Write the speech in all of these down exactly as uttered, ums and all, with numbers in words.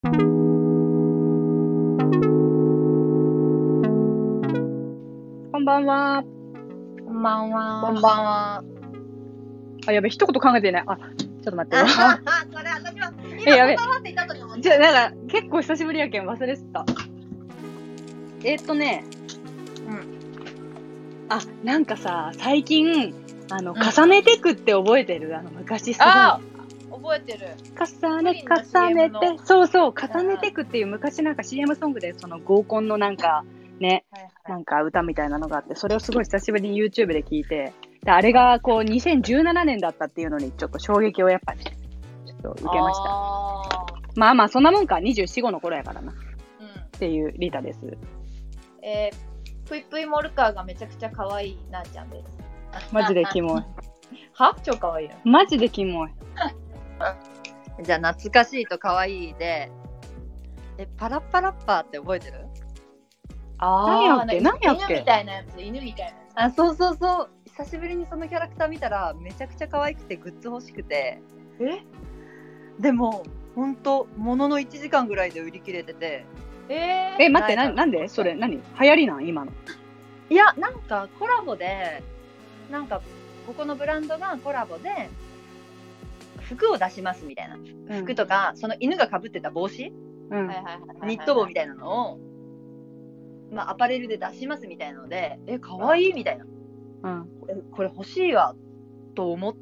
こんばんは。 こんばんは。 こんばんは。 あ、やべ、一言考えていない。あ、ちょっと待ってよ。 あ、それ私はえやべ今こんばんはって言った後に思った。 じゃあ、なんか、結構久しぶりやけん忘れてた。えーっとね、 うん。 あ、なんかさ、最近、あの、 うん重ねてくって覚えてる？あの、昔すごい。 あ覚えてる。 重ね、 プリンの シーエム重ねのて、そうそう、重ねてくっていう昔なんか シーエム ソングで、その合コンのなんか、ね、 はいはいなんか歌みたいなのがあって、それをすごい久しぶりに YouTube で聞いて、であれがこうにせんじゅうななねんだったっていうのにちょっと衝撃をやっぱね、ちょっと受けました。 あまあまあ、そんなもんか、にじゅうよん、ごの頃やからな。っーうん。 ていうリタです。 えー、ぷいぷいモルカーがめちゃくちゃ可愛いなーちゃんです。 マジでキモい。 は超可愛いよ。 マジでキモい。 じゃあ懐かしいと可愛いで、え、パラッパラッパーって覚えてる？ 何やっけ何やっ犬みけたいなやつ、犬みたいなやつ。 あ、そうそうそう。久しぶりにそのキャラクター見たらめちゃくちゃ可愛くてグッズ欲しくて。 えでもほんともののいちじかんぐらいで売り切れてて。 えー、 え、待って、 なないなんでそれ、何流行りなん今の。 いや、なんかコラボで、なんかここのブランドがコラボで服を出しますみたいな。服とか、その犬が被ってた帽子、 うん。 はいはいはいはいはい。 ニット帽みたいなのを、まあ、アパレルで出しますみたいなので、え、かわいいみたいな。 うん。 え、これ欲しいわと思って、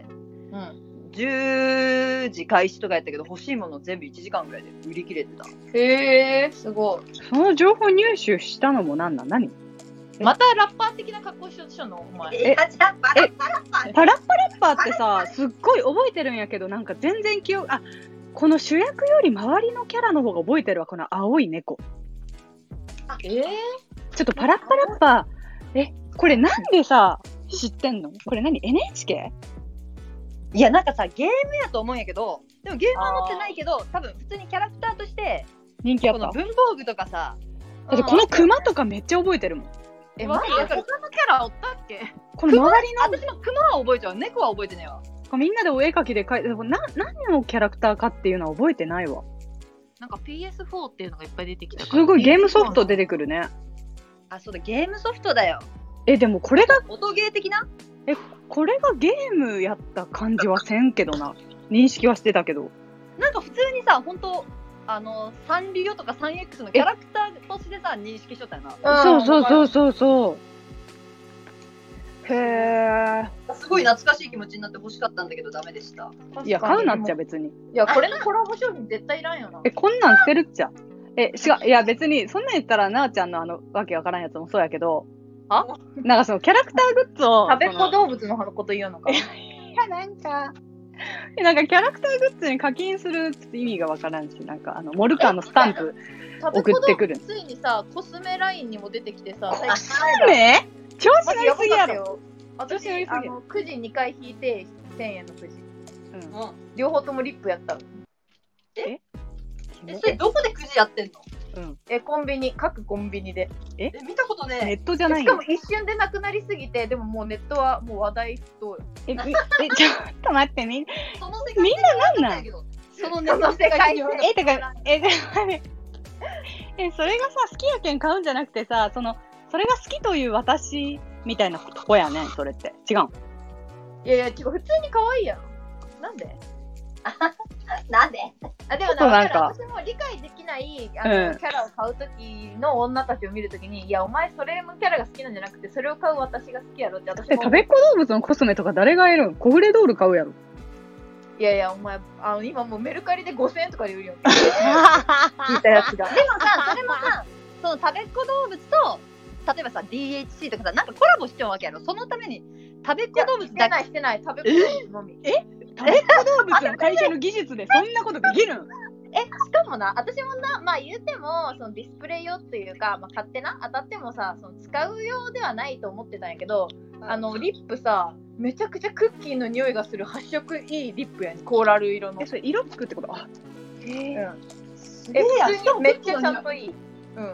うん。 じゅうじ開始とかやったけど、欲しいもの全部いちじかんぐらいで売り切れてた。 へえー、すごい。 その情報入手したのも何なん何またラッパー的な格好しようとしたのお前。 えじゃあパラッパラッパーパラッパラッパーってさ、すっごい覚えてるんやけど、なんか全然記憶、あ、この主役より周りのキャラの方が覚えてるわ、この青い猫。 えー、 ちょっとパラッパラッパー、え、これなんでさ、知ってんの？これ何 エヌエイチケー？ いや、なんかさ、ゲームやと思うんやけど、でもゲームは持ってないけど、多分普通にキャラクターとして、 人気あった。 この文房具とかさ、 だってこのクマとかめっちゃ覚えてるもん。 え、 マジでマジで他のキャラおったっけ？ この周りの、 私もクマは覚えちゃう。猫は覚えてねえわ。 みんなでお絵描きで描いて、でもな何のキャラクターかっていうのは覚えてないわ。 なんか ピーエスフォー っていうのがいっぱい出てきたから。 すごいゲームソフト出てくるね。 あ、そうだ、ゲームソフトだよ。 え、でもこれが、 音ゲー的な？ これがゲームやった感じはせんけどな。認識はしてたけど。 なんか普通にさ、ほんと、あの、サンリオとか スリーエックス のキャラクターとしてさ、認識しとったよな。 そうそうそうそうそう。へえ。 すごい懐かしい気持ちになって欲しかったんだけどダメでした。 いや、買うなっちゃ別に。 いや、これのコラボ商品絶対いらんよな。 え、こんなん捨てるっちゃ。え、違う、いや別に、そんなん言ったら、なあちゃんのあの、わけわからんやつもそうやけど、 あなんかそのキャラクターグッズを、 食べっ子その動物のこと言うのか。 いや、なんか、えなんかキャラクターグッズに課金するって意味がわからんし、なんかあの、モルカーのスタンプ食べっ子動送ってくる物。ついにさ、コスメラインにも出てきてさ、 コスメ調子乗りすぎやろ。 ろ。私調子乗りすぎあのくじにかい引いてせんえんのくじ。 うん。 うん。 両方ともリップやったの。 え、それどこでくじやってんの？ うん。 え、コンビニ、各コンビニで。 え、見たことねネットじゃないよしかも。一瞬でなくなりすぎて、でももうネットはもう話題沸騰。 え、みえ、ちょっと待って、みんな、 え。その世界みんななんなんそのね、その世界にえ、てか、え、でもねえ、それがさ、好きやけん買うんじゃなくてさ、その、それが好きという私みたいなとこやねん、それって。違うん。 いやいや、違う、普通に可愛いやろ。なんで？ なんで？ あ、でもちょっとなんかなんか私も理解できないあの、 うんキャラを買うときの女たちを見るときに、いや、お前それのキャラが好きなんじゃなくて、それを買う私が好きやろって私え、 も。 食べっ子動物のコスメとか誰がいるん？コフレドール買うやろ。 いやいや、お前、あの今もうメルカリでごせんえんとかで売るよ。聞いたやつが。 でもさ、それもさ、その食べっ子動物と、例えばさ、ディーエイチシー とかさ、なんかコラボしちゃうわけやろ。そのために、食べっ子動物だけ。 してないしてない、食べっ子動物のみ。 食べっ子動物の会社の技術でそんなことできるん？ え、しかもな、私もな、まあ言うても、そのディスプレイ用っていうか、まあ買ってな、当たってもさ、その使う用ではないと思ってたんやけど、あの、リップさ、めちゃくちゃクッキーの匂いがする発色いいリップやねん、コーラル色の。 え、それ色つくってこと？あ、へうん。 え。 え、 や普通にめっちゃちゃんといい。うん。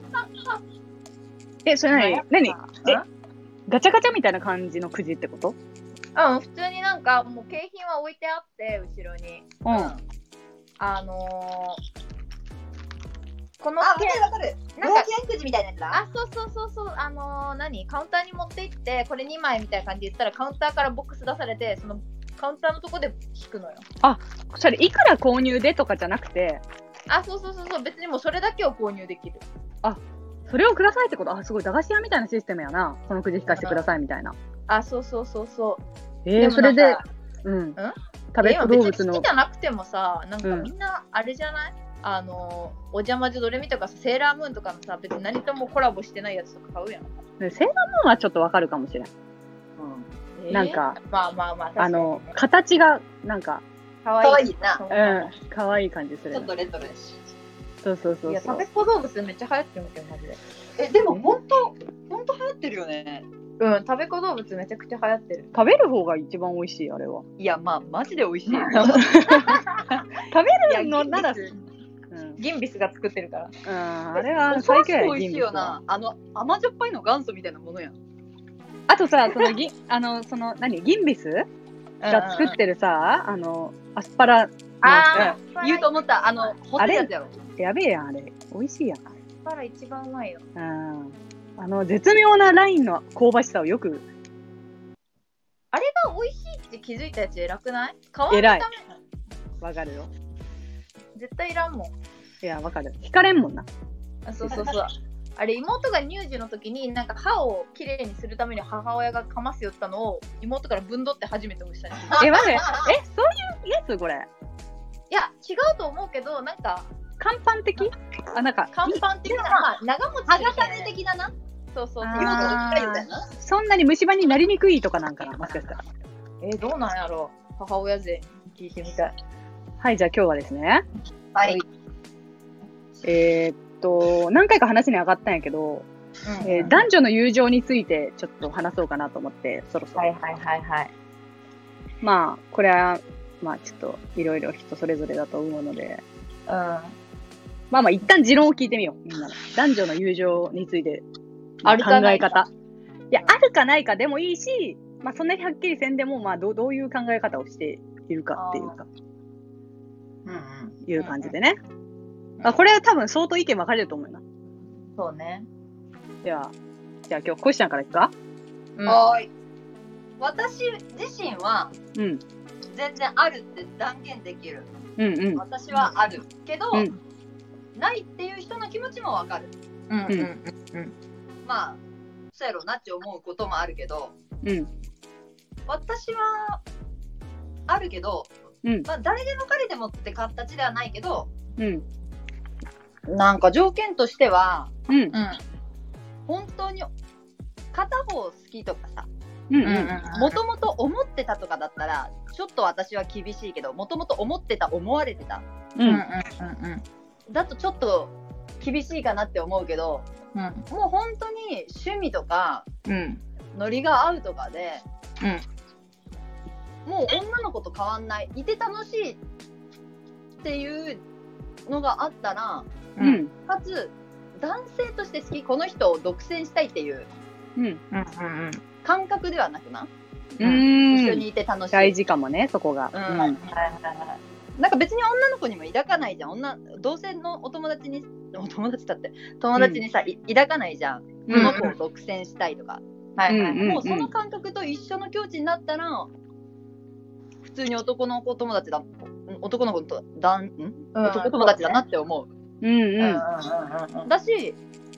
え、それ何？何？えうん、 ガチャガチャみたいな感じのくじってこと？ うん、普通になんかもう景品は置いてあって後ろに。 うん。 あのー、このあ、わかケるわかる。 なんか老犬くじみたいなやつだ。 あ、そうそうそうそう、あのー、何カウンターに持って行ってこれにまいみたいな感じで言ったらカウンターからボックス出されてそのカウンターのとこで引くのよ。 それいくら購入でとかじゃなくて、 あ、そうそうそうそう、別にもうそれだけを購入できる。 それをくださいってこと。あ、すごい駄菓子屋みたいなシステムやな。このくじ引かしてくださいみたいな。 あ、そうそうそうそう。 えー、 でもそれでなんか、 うん。 ん食べっ子動物別に好のきじゃなくてもさ、なんかうんみんなあれじゃない、あのー、お邪魔女ドレミとかさセーラームーンとかのさ、別に何ともコラボしてないやつとか買うやん。 ねセーラームーンはちょっとわかるかもしれん。 うん。 なんか、 えーまあまあまあ、確かにあの、形がなんか、 かわいい。 かわいいな。 うん、可愛い感じするな。 ちょっとレトロやし。 そうそうそういや、 そう食べっ子動物めっちゃ流行ってるんだけど、マジで。 え、でも本当本当流行ってるよね。 うん、食べっ子動物めちゃくちゃ流行ってる。 食べる方が一番美味しい、あれは。 いや、まあ、マジで美味しいよ。 食べるのなら、 ギンビスうん、 ギンビスが作ってるから。 うん、あれは最最強や強美味しいよな。あの、甘じょっぱいの元祖みたいなものやん。 あとさ、そのぎあのその何ギンビスが作ってるさ、あのアスパラのあー、 言うと思った。あの、細いやつやろ。 やべえやんあれ、美味しいやん。 アスパラ一番うまいよ。 うん、あの絶妙なラインの香ばしさをよく。 あれが美味しいって気づいたやつ偉くない？皮のため偉いわかるよ。 絶対いらんもん。 いやわかる。引かれんもんな。 あ、そうそうそう。あれ妹が乳児の時になんか歯をきれいにするために母親がかますよったのを妹からぶんどって初めて押したんですよ。 えマジ？えそういうやつこれ？ いや違うと思うけどなんか乾パン的？あなんか乾パン的な、まあ、長持ちする剥がされ的なな。 そうそうそう。 あー用途が深いみたいな。 そんなに虫歯になりにくいとかなんかな、もしかしたら。 えー、どうなんやろう。母親勢に聞いてみたい。 はい、じゃあ今日はですね、 はい。 えー、っと何回か話に上がったんやけど、 うんえー男女の友情についてちょっと話そうかなと思って、そろそろ。 はいはいはいはい。 まあこれはまあちょっといろいろ人それぞれだと思うので、 うん。 まあまあ一旦持論を聞いてみよう、みんなの。男女の友情についてあるか考えないか方。いや、あるかないかでもいいし、まあそんなにはっきりせんでも、まあどうどういう考え方をしているかっていうか、 うんうん。 いう感じでね。あ、これは多分相当意見分かれると思うな。 そうね。 では、じゃあ今日コシちゃんからいくか。 うん、 はーい。私自身はうん。 全然あるって断言できる。 うんうん。 私はあるけど、 うんないっていう人の気持ちもわかる。 うんうんうんまあそうやろうなって思うこともあるけど、 うん。 私はあるけど、 うん。 まあ、誰でも彼でもって形ではないけど、 うん。 なんか条件としてはうん。 うん本当に片方好きとかさ、 うん。 うんもともと思ってたとかだったらちょっと私は厳しいけど、もともと思ってた思われてたう。 うんうんんだとちょっと厳しいかなって思うけど、 うんもう本当に趣味とかうんノリが合うとかで、 うんもう女の子と変わんない、いて楽しいっていうのがあったら、 うん。うん。 かつ男性として好き、この人を独占したいっていううん。 うんうん感覚ではなくな、 うーん。 一緒にいて楽しい。 大事かもね、そこが。 うんうん。 はいはいはいなんか別に女の子にも抱かないじゃん。女同性のお友達に、お友達だって友達にさ、い抱かないじゃん。こうんの子を独占したいとか、 はいはいうんもうその感覚と一緒の境地になったら、普通に男の子友達だ、男の子とだんんうん男友達だなって思う。 うんうん。 うんうんうんだし、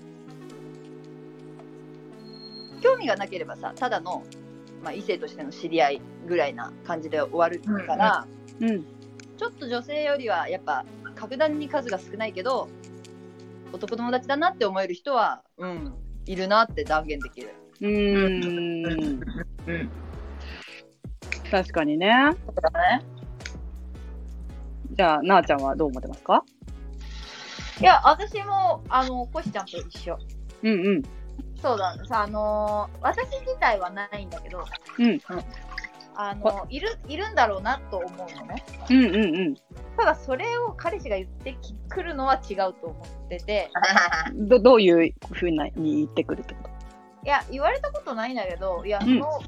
興味がなければさ、ただの、まあ、異性としての知り合いぐらいな感じで終わるから、 うん。 ちょっと女性よりはやっぱ格段に数が少ないけど、男友達だなって思える人は、うん、いるなって断言できる。 うーん。 うん確かにね。 そうだね。 じゃあ、なあちゃんはどう思ってますか？ いや私もあのコシちゃんと一緒。 うんうん。 そうださあのー私自体はないんだけど、 うん。 あのいるいるんだろうなと思うのね。 うんうんうん。 ただそれを彼氏が言ってくるのは違うと思ってて、 どどういうふうなに言ってくるってこと？ いや言われたことないんだけど、いやそうんの、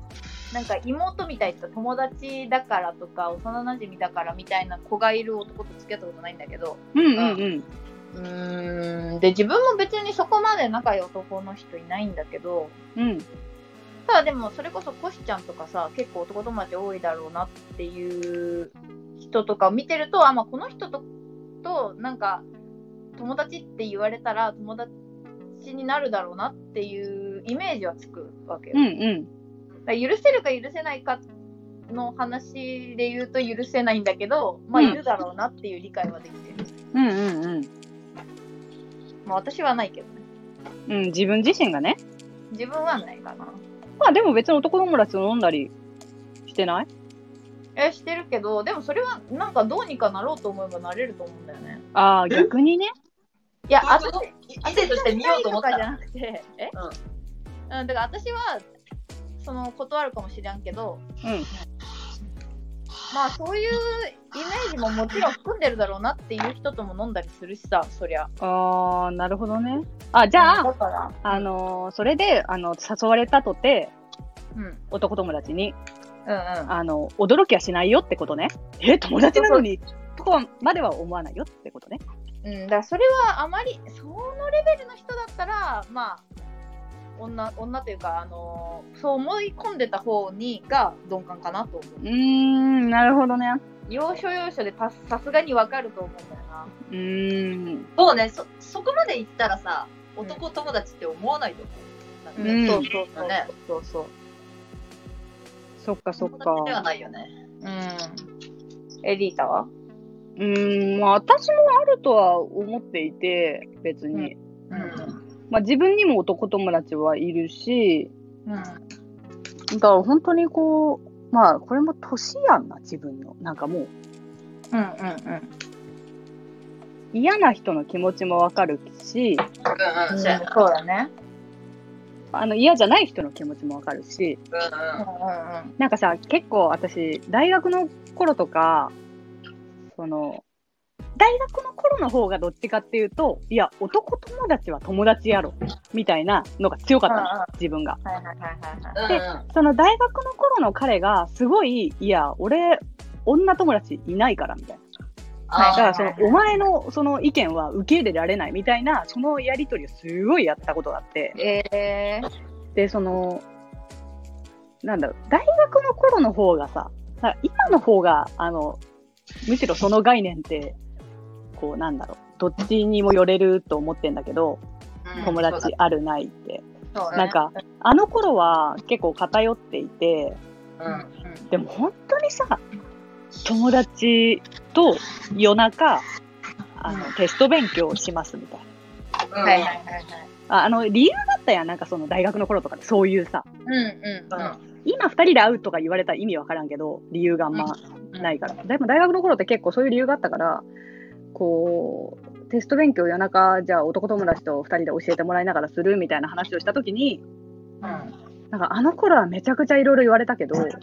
なんか妹みたいとか友達だからとか幼馴染だからみたいな子がいる男と付き合ったことないんだけど、 うんうんうんうーんで自分も別にそこまで仲いい男の人いないんだけど、 うんただでもそれこそコシちゃんとかさ結構男友達多いだろうなっていう人とかを見てると、あ、まあ、この人ととなんか友達って言われたら友達になるだろうなっていうイメージはつくわけよ。 うんうんだから許せるか許せないかの話で言うと許せないんだけど、まあうんいるだろうなっていう理解はできてる。 うんうんうんまあ私はないけどね。 うん自分自身がね。 自分はないかな。 まあでも別に男友達と飲んだりしてない？ え、してるけど、でもそれはなんかどうにかなろうと思えばなれると思うんだよね。 ああ逆にね。 いや、 あ私異性として見ようと思ったとかじゃなくて、え、 うんうん、だから私はその断るかもしれんけど、 うんまあそういうイメージももちろん含んでるだろうなっていう人とも飲んだりするしさ、そりゃ。 ああなるほどね。あじゃあ、 だから、 あのーそれであの誘われたとてうん、うん男友達にうん。 あの驚きはしないよってことね。え友達なのにとこまでは思わないよってことね。 うん、だからそれはあまりそのレベルの人だったらまあ女女というか、あのーそう思い込んでた方にが鈍感かなと思う。 うーんなるほどね。 要所要所でたさすがにわかると思うんだよな。 うーんそうね、そそこまで言ったらさ、男友達って思わないと思う。 うなんんかそうそうそう、 ねそうそう。 そっかそっか。 友達ではないよね。 うん。エリータは？ うーんまあ私もあるとは思っていて別に、 うんまあ自分にも男友達はいるし、 うん。 だから本当にこうまあこれも年やんな自分のなんかもううんうんうん。 嫌な人の気持ちもわかるし、 うんうん、そうやな。 そうだね。 あの嫌じゃない人の気持ちもわかるし、 うんうん。 うんうんなんかさ結構私大学の頃とかその大学の頃の方がどっちかっていうといや男友達は友達やろみたいなのが強かったの、 うんうん自分が。 はいはいはいはいはい。 うんでその大学の頃の彼がすごいいや俺女友達いないからみたいな。だあからそのお前のその意見は受け入れられないみたいなそのやり取りをすごいやったことがあって、 えー、 でそのなんだろう大学の頃の方がさ今の方があのむしろその概念ってこうなんだろうどっちにも寄れると思ってんだけど、 うん友達あるないって、 そうね。 なんかあの頃は結構偏っていて、 うんうんでも本当にさ友達と夜中あの、 うんテスト勉強をしますみたいな。 うんはいはいはいはい。 ああの理由だったやんなんかその大学の頃とかでそういうさうんうんうん今ふたりで会うとか言われたら意味わからんけど理由があんまうんないから、でも大学の頃って結構そういう理由があったからこうテスト勉強夜中じゃあ男友達とふたりで教えてもらいながらするみたいな話をした時にうんなんかあの頃はめちゃくちゃいろいろ言われたけどうん。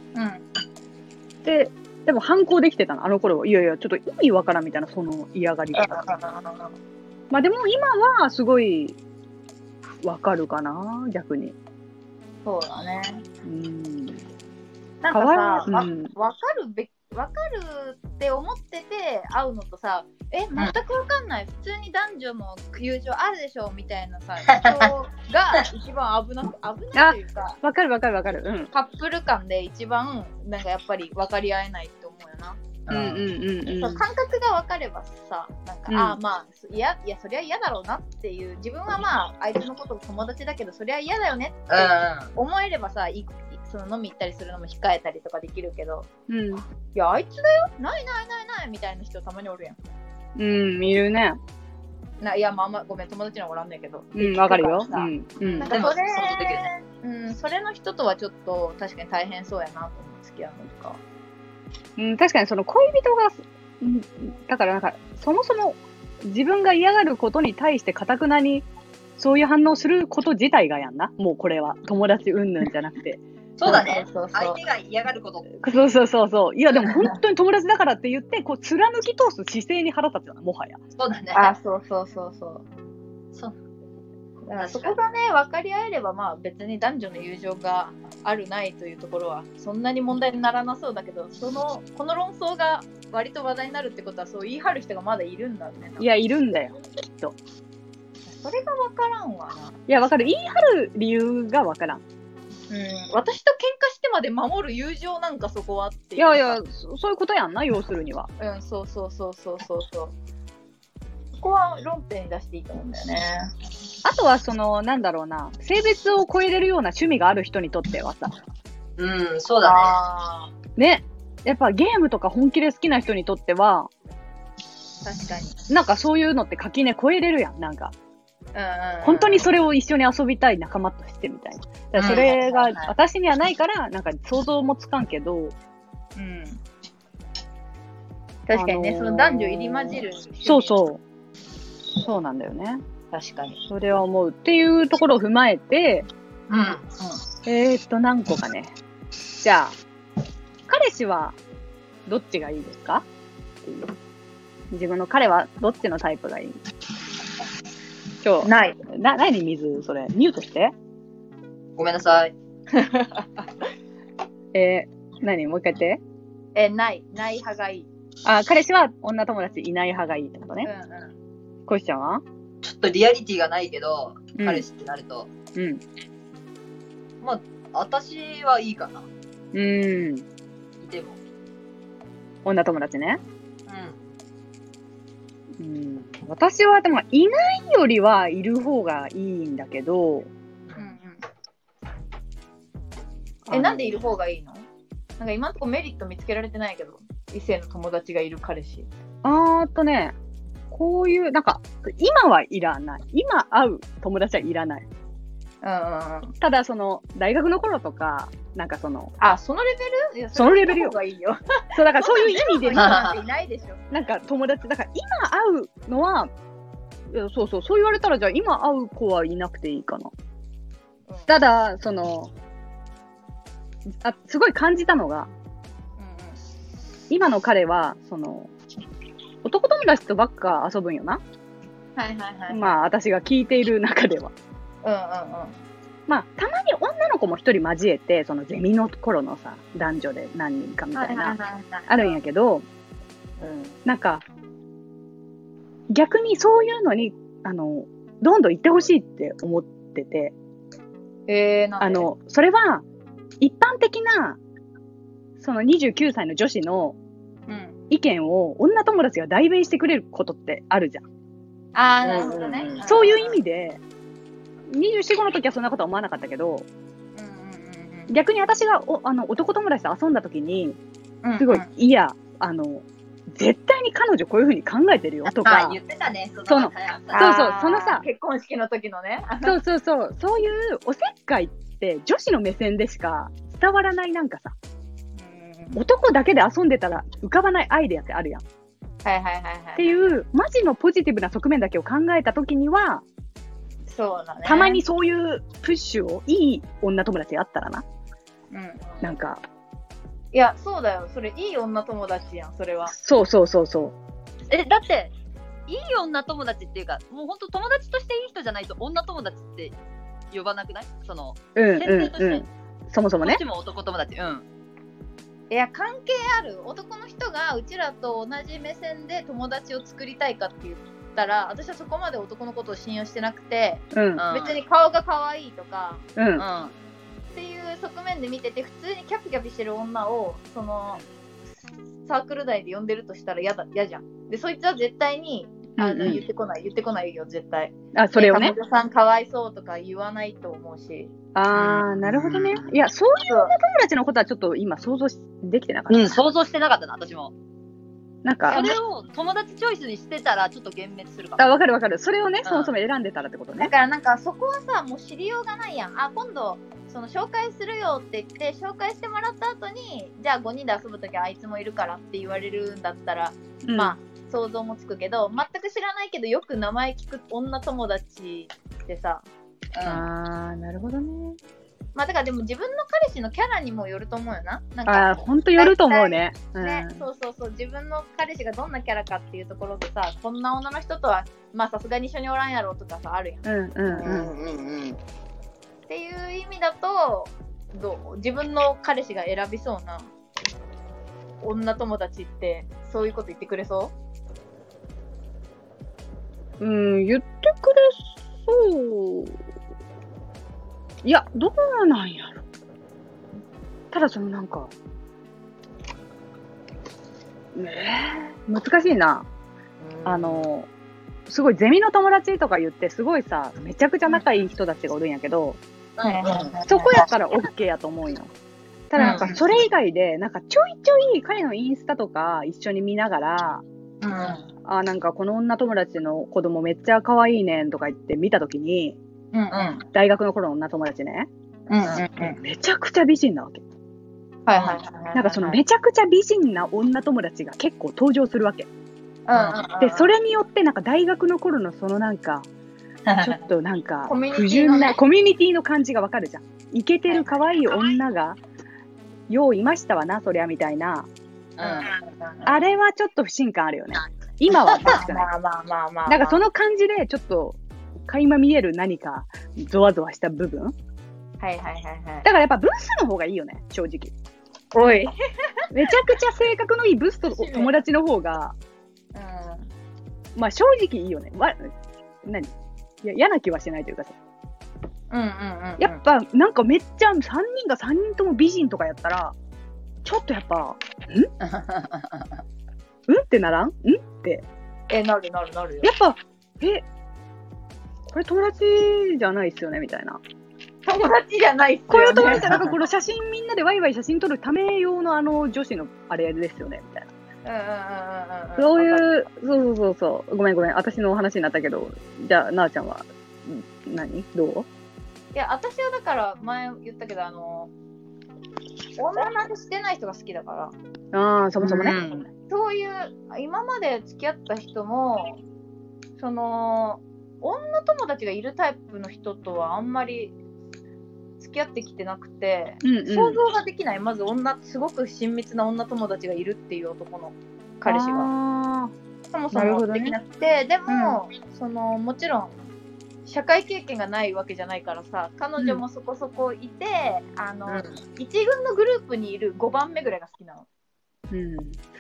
ででも反抗できてたのあの頃はいやいやちょっと意味わからんみたいなその嫌がりとかまあでも今はすごいわかるかな逆にそうだね。 うんなんかさ、 かわいわうんわかるべわかるって思ってて会うのとさ、え全くわかんない、普通に男女の友情あるでしょみたいなさ人が一番危なく危ないというかわかるわかるわかるうんカップル間で一番なんかやっぱり分かり合えないって思うよな。 うんうんうんうんそう感覚が分かればさなんか、 うんああまあいやいやそりゃ嫌だろうなっていう自分はまあ相手のこと友達だけどそりゃ嫌だよねって思えればさいその飲み行ったりするのも控えたりとかできるけどうんいやあいつだよないないないないみたいな人たまにおるやん。 うんいるねないやまあまあごめん友達にはおらんねんけど。 うんわかるよだらさうんうんなんかそれでも想像できるねうんそれの人とはちょっと確かに大変そうやなと思う付き合うのとか。 うん、確かにその恋人が、うんだからなんか、そもそも自分が嫌がることに対して堅くなにそういう反応すること自体がやんな。もうこれは友達云々じゃなくて。 そうだね。 そうそうそう相手が嫌がること。 そうそうそうそう。いやでも本当に友達だからって言って、こう貫き通す姿勢に腹立つよな、もはや。 そうだね。 あそうそうそうそう。 そう。 だからそこがね分かり合えれば、まあ別に男女の友情があるないというところはそんなに問題にならなそうだけど、そのこの論争が割と話題になるってことはそう言い張る人がまだいるんだね。 いや、いるんだよ、きっと。 それが分からんわな。 いや、わかる。言い張る理由がわからん。 うん、私と喧嘩してまで守る友情なんかそこはっていう。 いやいや、そそういうことやんな、要するには。 うん、そうそうそうそうそうそう。ここは論点に出していいと思うんだよね。 あとは、その、なんだろうな、性別を超えれるような趣味がある人にとってはさ。 うん、そうだあね。やっぱゲームとか本気で好きな人にとっては、 ー確かに。 なんかそういうのって垣根超えれるやん、なんか。 うんうんうん、 本当にそれを一緒に遊びたい仲間としてみたいな。だからそれが私にはないから、なんか想像もつかんけど。 うん。確かにね、あのー、その男女入り混じる。 そうそう。そうなんだよね。 確かに。 それは思うっていうところを踏まえて、 うん。うん、 えーっと、何個かね。じゃあ、彼氏はどっちがいいですかっていう。自分の彼はどっちのタイプがいい？今日。 ない。 な、何水それ。ミュートして。 ごめんなさい。 えー、何もう一回言って。 え、ない。ない派がいい。 あ、彼氏は女友達いない派がいいってことね。 うんうん。 こいちゃんはちょっとリアリティがないけど、 うん、 彼氏ってなると。 うん。 まあ、私はいいかな。 うーん。いても。 女友達ね。 うん。 うん。私はでも、いないよりはいる方がいいんだけど。うんうん。 え、なんでいる方がいいの？なんか今のところメリット見つけられてないけど、異性の友達がいる彼氏。 あーっとね、こういう、なんか、今はいらない。今会う友達はいらない。 うんうん、 ただ、その、大学の頃とか、なんかその、 あ、そのレベル？いや、 そのレベルよ。 がいいよ。 そう、だからそういう意味で、 なんいないでしょ。 なんか友達、だから今会うのは、いやそうそう、そう言われたら、じゃあ今会う子はいなくていいかな。うん、ただ、その、あ、すごい感じたのが、うんうん、今の彼は、その、男友達とばっか遊ぶんよな。 はいはいはい。 まあ、私が聞いている中では。 うんうんうん。 まあ、たまに女の子も一人交えて、そのゼミの頃のさ、男女で何人かみたいな、あるんやけど、うん、なんか、逆にそういうのに、あの、どんどん行ってほしいって思ってて、 えー、なんで？ あの、それは、一般的な、そのにじゅうきゅうさいの女子の意見を女友達が代弁してくれることってあるじゃん。 ああ、なるほどね。 そういう意味で、にじゅうよん、ごの時はそんなことは思わなかったけど、うんうんうんうん、逆に私がおあの男友達と遊んだ時に、すごい、うんうん、いや、あの、絶対に彼女こういう風に考えてるよとか。 言ってたね、その、 そのそうそう、そのさ、 結婚式の時のね。 そうそうそう、そういうおせっかいって女子の目線でしか伝わらないなんかさ、うん、男だけで遊んでたら浮かばないアイデアってあるやん。 はいはいはいはい。 っていう、マジのポジティブな側面だけを考えた時には、 そうだね。 たまにそういうプッシュをいい女友達やったらな。 うん。 なんか。 いや、そうだよ。それいい女友達やん、それは。 そうそうそうそう。 え、だって、いい女友達っていうか、もう本当友達としていい人じゃないと女友達って呼ばなくない？その、 うんうんうん。そもそもね。 こっちも男友達。うん。 いや、関係ある。男の人がうちらと同じ目線で友達を作りたいかって言ったら、私はそこまで男のことを信用してなくて、うん、別に顔が可愛いとか、 うんうん、 っていう側面で見てて、普通にキャピキャピしてる女をそのサークル内で呼んでるとしたら嫌だ、嫌じゃん。で、そいつは絶対にあの、うんうん、言ってこない言ってこないよ、絶対。 あ、それをね。 彼女さんかわいそうとか言わないと思うし。 あー、なるほどね。いや、そういう女友達のことはちょっと今想像できてなかった。 うん、想像してなかったな、私も。 なんか、 それを友達チョイスにしてたらちょっと幻滅するかも。 あ、わかるわかる。それをね、うん、そもそも選んでたらってことね。 だからなんかそこはさ、もう知りようがないやん。あ、今度その紹介するよって言って紹介してもらった後に、じゃあごにんで遊ぶときはあいつもいるからって言われるんだったら、うん、まあ想像もつくけど、全く知らないけどよく名前聞く女友達ってさ、 うん、あー、なるほどね。 まあだからでも自分の彼氏のキャラにもよると思うよな。なんかああ、ほんとよると思うね。 ね、 うん、 そうそうそう、自分の彼氏がどんなキャラかっていうところでさ、こんな女の人とはまあさすがに一緒におらんやろとかさあるやん。 うんうんうん。 うんうんうん。 っていう意味だと、どう自分の彼氏が選びそうな女友達ってそういうこと言ってくれそう？ うん、言ってくれそう。いや、どうなんやろ。ただそのなんか、ねえ、難しいな。あの、すごいゼミの友達とか言って、すごいさ、めちゃくちゃ仲いい人たちがおるんやけど、そこやったら OK やと思うよ。ただなんかそれ以外で、なんかちょいちょい彼のインスタとか一緒に見ながら、 うん、 あ、なんかこの女友達の子供めっちゃ可愛いねんとか言って見たときに、 うんうん、 大学の頃の女友達ね、 うんうんうん、 めちゃくちゃ美人なわけ。 はいはいはいはい、 なんかそのめちゃくちゃ美人な女友達が結構登場するわけ。 うん、 で、それによってなんか大学の頃のそのなんか、ちょっとなんか不純なコミュニティの感じがわかるじゃん。イケてる可愛い女がよういましたわな、そりゃみたいな。 うん、 あれはちょっと不信感あるよね。今は確かに。 まあまあまあまあ。 なんかその感じでちょっと垣間見える何かゾワゾワした部分。 はいはいはいはい。 だからやっぱブスの方がいいよね、正直。 おい。 めちゃくちゃ性格のいいブスと友達の方が、うん、まあ正直いいよね。わ、何？いや、嫌な気はしないというかさ。 うんうんうん、うん。 やっぱ、なんかめっちゃ、さんにんがさんにんとも美人とかやったら、ちょっとやっぱ、んんってならんんって。 え、なるなるなるよ。 やっぱ、え、これ友達じゃないっすよねみたいな。 友達じゃないっすよね。 これ友達じゃなんかこの写真みんなでワイワイ写真撮るため用のあの女子のあれですよねみたいな。 うんうんうんうんうん。 そういう、そうそうそうそう。ごめんごめん。私のお話になったけど、じゃあ、なあちゃんは、何どう？ いや、私はだから前言ったけど、あの、女の子してない人が好きだから。 ああ、そもそもね、うん。 そういう、今まで付き合った人も、その、女友達がいるタイプの人とはあんまり付き合ってきてなくて、うんうん、想像ができない。まず女、すごく親密な女友達がいるっていう男の彼氏が。そもそもできなくて、ね、でも、うん、その、もちろん、社会経験がないわけじゃないからさ、彼女もそこそこいて、うん、あの、うん、一軍のグループにいるごばんめぐらいが好きなの。うん。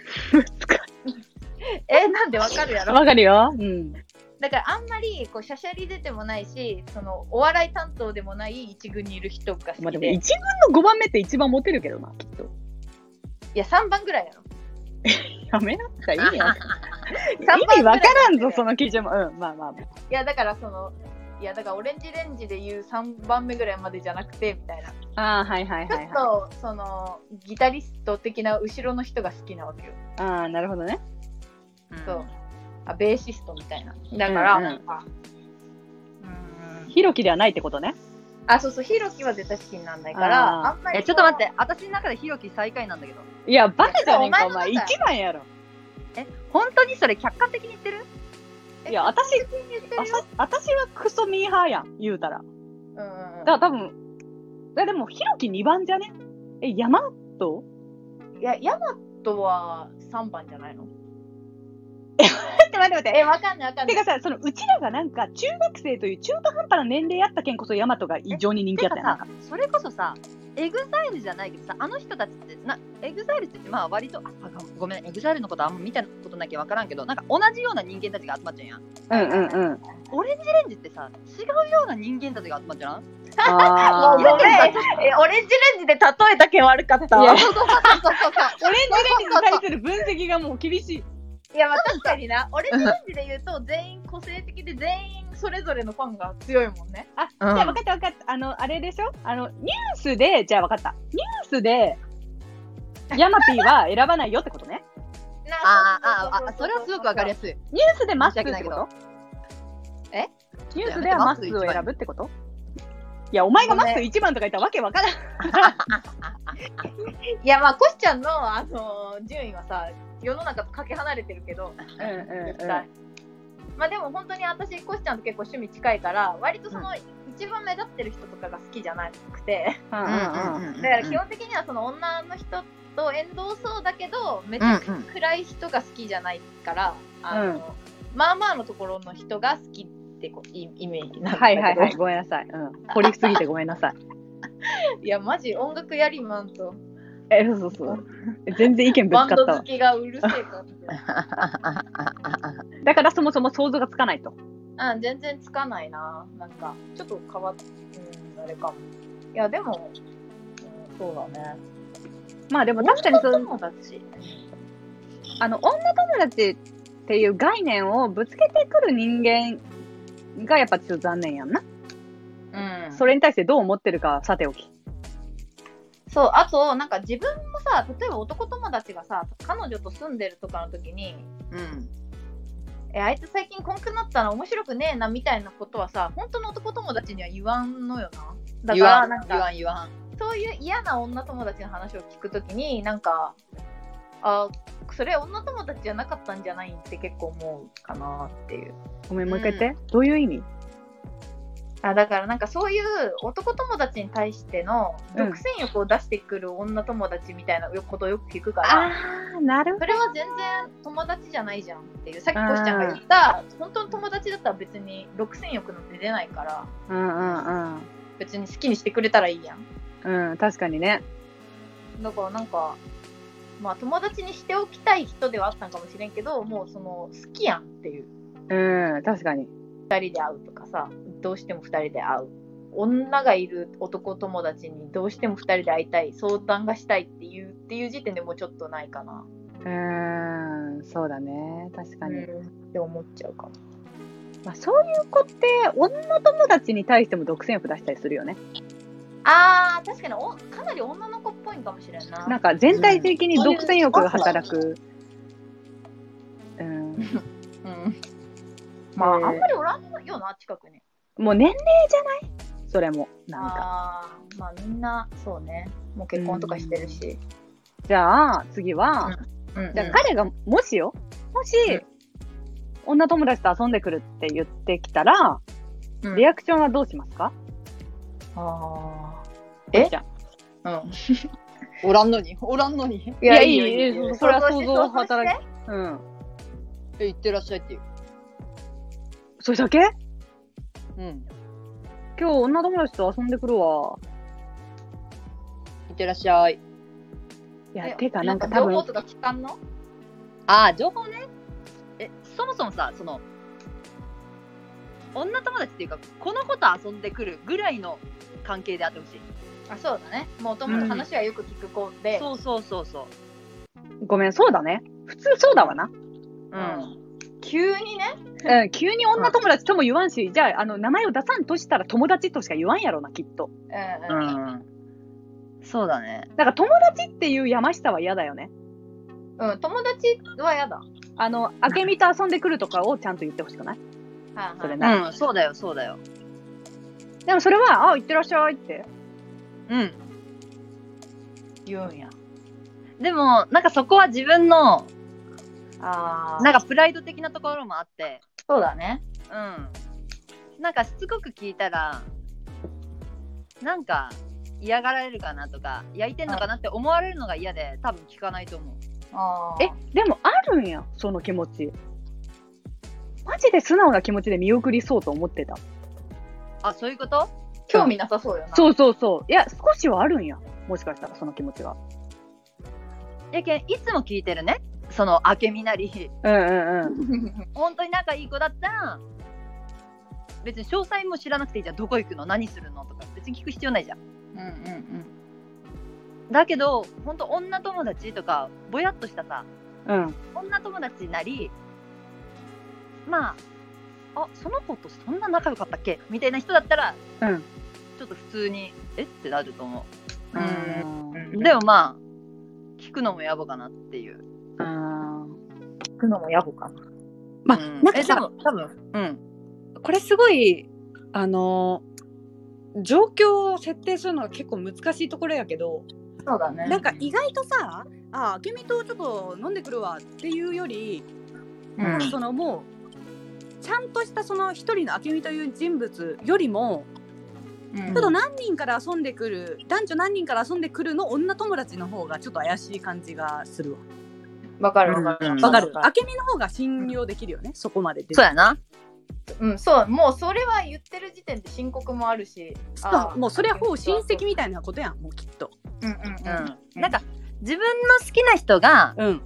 え、なんでわかるやろ？ わかるよ。うん。 だからあんまりこうシャシャリ出てもないし、そのお笑い担当でもない一軍にいる人が好きで。 まあでも一軍のごばんめって一番モテるけどな、きっと。 いや、さんばんぐらいやろ。 やめなったらいいよ。意味わからんぞ、その基準も。うん、まあまあ。いや、だからその、いや、だからオレンジレンジで言うさんばんめぐらいまでじゃなくて、みたいな。 ああ、はいはいはい、はい。 ちょっと、その、ギタリスト的な後ろの人が好きなわけよ。 ああ、なるほどね。 そう。あ、ベーシストみたいな。だから、なんか、 うん。ひろきではないってことね。 あ、そうそう、ひろきは絶対好きにならないから、ああんまり。え、ちょっと待って、私の中でひろき最下位なんだけど。 いや、バカじゃねえか、お前。一番やろ。 え、本当にそれ客観的に言ってる？ いや、私、私はクソミーハーやん、言うたら。うん。だから多分、いやでも、ひろきにばんじゃね？え、ヤマト？ いや、ヤマトはさんばんじゃないの？ え、待って待って待って。 え、わかんないわかんない。 てかさ、その、うちらがなんか、中学生という中途半端な年齢やったけんこそ、ヤマトが異常に人気あったやんか。 それこそさ、エグザイルじゃないけどさ、あの人たちってな、エグザイルってまあ割と、あ、ごめん、エグザイルのことあんま見たことなきゃわからんけど、なんか同じような人間たちが集まっちゃうやん。 うんうんうん。 オレンジレンジってさ、違うような人間たちが集まっちゃうああ。もうごめん。え、オレンジレンジで例えたけん悪かった。いや、そうそうそうそうそう。 オレンジレンジに対する分析がもう厳しい。 いや、まあ確かにな。オレンジレンジで言うと、全員個性的で、全員それぞれのファンが強いもんね。 あ、じゃあ分かった分かった。あの、あれでしょ？あの、ニュースで、じゃあ分かった。ニュースで、ヤマピーは選ばないよってことね。 ああ、あ、それはすごく分かりやすい。 ニュースでマッスーってこと？え？ニュースではマッスーを選ぶってこと？いや、お前がマッスーいちばんとか言ったらわけわからん。 いや、まあ、コシちゃんの、あのー、順位はさ、世の中とかけ離れてるけど、 うんうんうん、 まあでも本当に私コシちゃんと結構趣味近いから割とその、うん、 一番目立ってる人とかが好きじゃなくて、 うんうんうん。 だから基本的にはその女の人と縁遠そうだけどめちゃくちゃ暗い人が好きじゃないから、うん、あの、うん、まあまあのところの人が好きってこうイメージなんだけど、 はいはいはい、ごめんなさい、うん、掘りすぎてごめんなさい。 いやマジ音楽やりマンとえそうそうそう全然意見ぶつかったわ。 バンド好きがうるせえかってだからそもそも想像がつかないと。 うん、全然つかないな。なんかちょっと変わっうんあれかも。いやでも、うん、そうだね。 まあでも確かにその女友達あの女友達っていう概念をぶつけてくる人間がやっぱちょっと残念やんな。うん。それに対してどう思ってるかさておき。 そう、あとなんか自分もさ、例えば男友達がさ、彼女と住んでるとかの時に、うん。え、あいつ最近こんくなったら面白くねえなみたいなことはさ、本当の男友達には言わんのよな。だからなんか言わん言わん。 そういう嫌な女友達の話を聞くときになんかあそれ女友達じゃなかったんじゃないって結構思うかなっていう。 ごめんもう一回言って、うん、どういう意味？ あだからなんかそういう男友達に対しての独占欲を出してくる女友達みたいなことをよく聞くから、 うん、あなるほど。 それは全然友達じゃないじゃんっていう。さっきコシちゃんが言った本当の友達だったら別に独占欲なんて出ないから、うんうんうん、別に好きにしてくれたらいいやん。 うん、確かにね。 だからなんかまあ友達にしておきたい人ではあったんかもしれんけど、もうその好きやんっていう。 うん、確かに。 ふたりで会うとかさ、どうしてもふたりで会う。女がいる男友達にどうしてもふたりで会いたい、相談がしたいっていうっていう時点でもうちょっとないかな。 うーん、そうだね、確かに。 うんって思っちゃうかも。 まあそういう子って女友達に対しても独占欲出したりするよね。 あー確かにおかなり女の子っぽいかもしれんな。 なんか全体的に独占欲が働く。うん。うん、 まあ、えー、あんまりおらんよな近くに。 もう年齢じゃない？それもなんか。 あまあみんなそうね。もう結婚とかしてるし。うん、 じゃあ次は、うんうん、じゃあ彼がもしよ、もし、うん、女友達と遊んでくるって言ってきたら、うん、リアクションはどうしますか？あえじゃうん。おらんのにおらんのに。いや、いいよ、いいよ。それは想像を働き。うん。 え、行ってらっしゃいっていう。 それだけ？ うん。 今日女友達と遊んでくるわ。 行ってらっしゃい。 いや、てか、なんか多分。 情報とか聞かんの？ ああ、情報ね。え、そもそもさ、その、女友達っていうか、この子と遊んでくるぐらいの関係であってほしい。 あ、そうだね。もう友達話はよく聞く子で、 うん。そうそうそうそう。 ごめん、そうだね。普通そうだわな。 うん。うん、急にね。 うん、急に女友達とも言わんし、うん、じゃあ、あの、名前を出さんとしたら友達としか言わんやろな、きっと。 うんうん。 うん、そうだね。 だから友達っていうやましさは嫌だよね。 うん、友達は嫌だ。 あの、あけみと遊んでくるとかをちゃんと言ってほしくない？ はそれな、うん、そうだよ、そうだよ。 でもそれは、あ、行ってらっしゃいって。 うん。 言うんや。 でも、なんかそこは自分の、 あなんかプライド的なところもあって。 そうだね。 うん。なんかしつこく聞いたら、なんか嫌がられるかなとか、焼いてんのかなって思われるのが嫌で、多分聞かないと思う。 あえ、でもあるんや、その気持ち。マジで素直な気持ちで見送りそうと思ってた。 あ、そういうこと？ 興味なさそうよな、うん。 そうそうそう。いや、少しはあるんや。もしかしたら、その気持ちが。 やけん、いつも聞いてるね。その、あけみなり。 うんうんうん。 本当に仲いい子だったら、別に詳細も知らなくていいじゃん。どこ行くの？何するの？とか、別に聞く必要ないじゃん。 うんうんうん。 だけど、本当女友達とか、ぼやっとしたさ、 うん、 女友達なり、まあ、あ、その子とそんな仲良かったっけみたいな人だったら、 うん、 ちょっと普通に、えってなると思う。 うんうん、でもまあ、聞くのも野暮かなっていう。 うん、 聞くのも野暮かな。 まあ、うん、なんかさ、 でも多分、うん。 これすごい、あのー、状況を設定するのが結構難しいところやけど、 そうだね。 なんか意外とさ、あ、あけみとちょっと飲んでくるわっていうより、うん、そのもうちゃんとしたその一人のあけみという人物よりも、 うんけど何人から遊んでくる男女何人から遊んでくるの女友達の方がちょっと怪しい感じがするわ。 わかるわかる。 うんわかる。あけみの方が信用できるよね、そこまでで。 そうやな。 うん、そう、もうそれは言ってる時点で申告もあるし。 そうもうそれはほぼ親戚みたいなことやん、もうきっと。 うんうんううんん。なんか自分の好きな人がうん。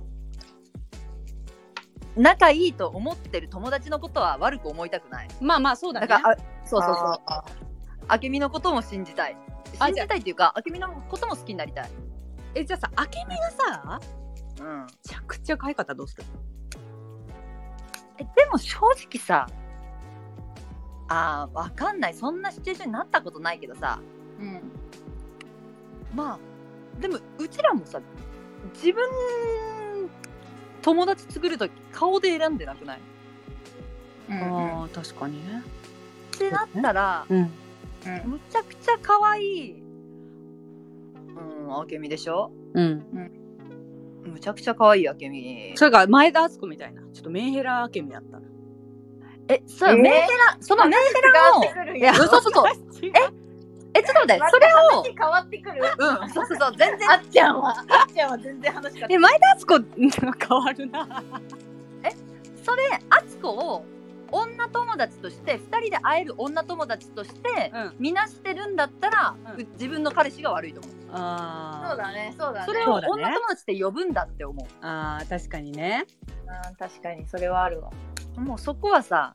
仲いいと思ってる友達のことは悪く思いたくない。 まあまあそうだね。 だからあそうそうそう。 ああけみのことも信じたい。 あ信じたいっていうか、あけみのことも好きになりたい。 え、じゃあさ、あけみがさ、 うん。 めちゃくちゃ可愛かったらどうする？ えでも正直さ、あーわかんない。そんなシチュエーションになったことないけどさ、 うんまあでもうちらもさ、自分友達作るとき顔で選んでなくない？ うんああ、確かにね。 ってなったら、 うん。 うんむちゃくちゃ可愛い、うん、あけみでしょ。 うん。 むちゃくちゃ可愛いあけみ。 それが前田敦子みたいな、ちょっとメンヘラあけみやったの。 え、そう、 えーメンヘラ、そのメンヘラを、 変わってくるんいや、 やそうそうそう。 ええ、ちょっと待って、 またそれを、 話変わってくる。 うん、そうそうそう、全然あっちゃんは、あっちゃんは全然話変わってえ、前田敦子変わるな。 それ、あつこを女友達としてふたりで会える女友達としてうん。 みなしてるんだったら、 うんう自分の彼氏が悪いと思う。 ああ。 そうだね、そうだね。 それをそうだね女友達って呼ぶんだって思う。 ああ、確かにね。 うん、確かにそれはあるわ。 もうそこはさ、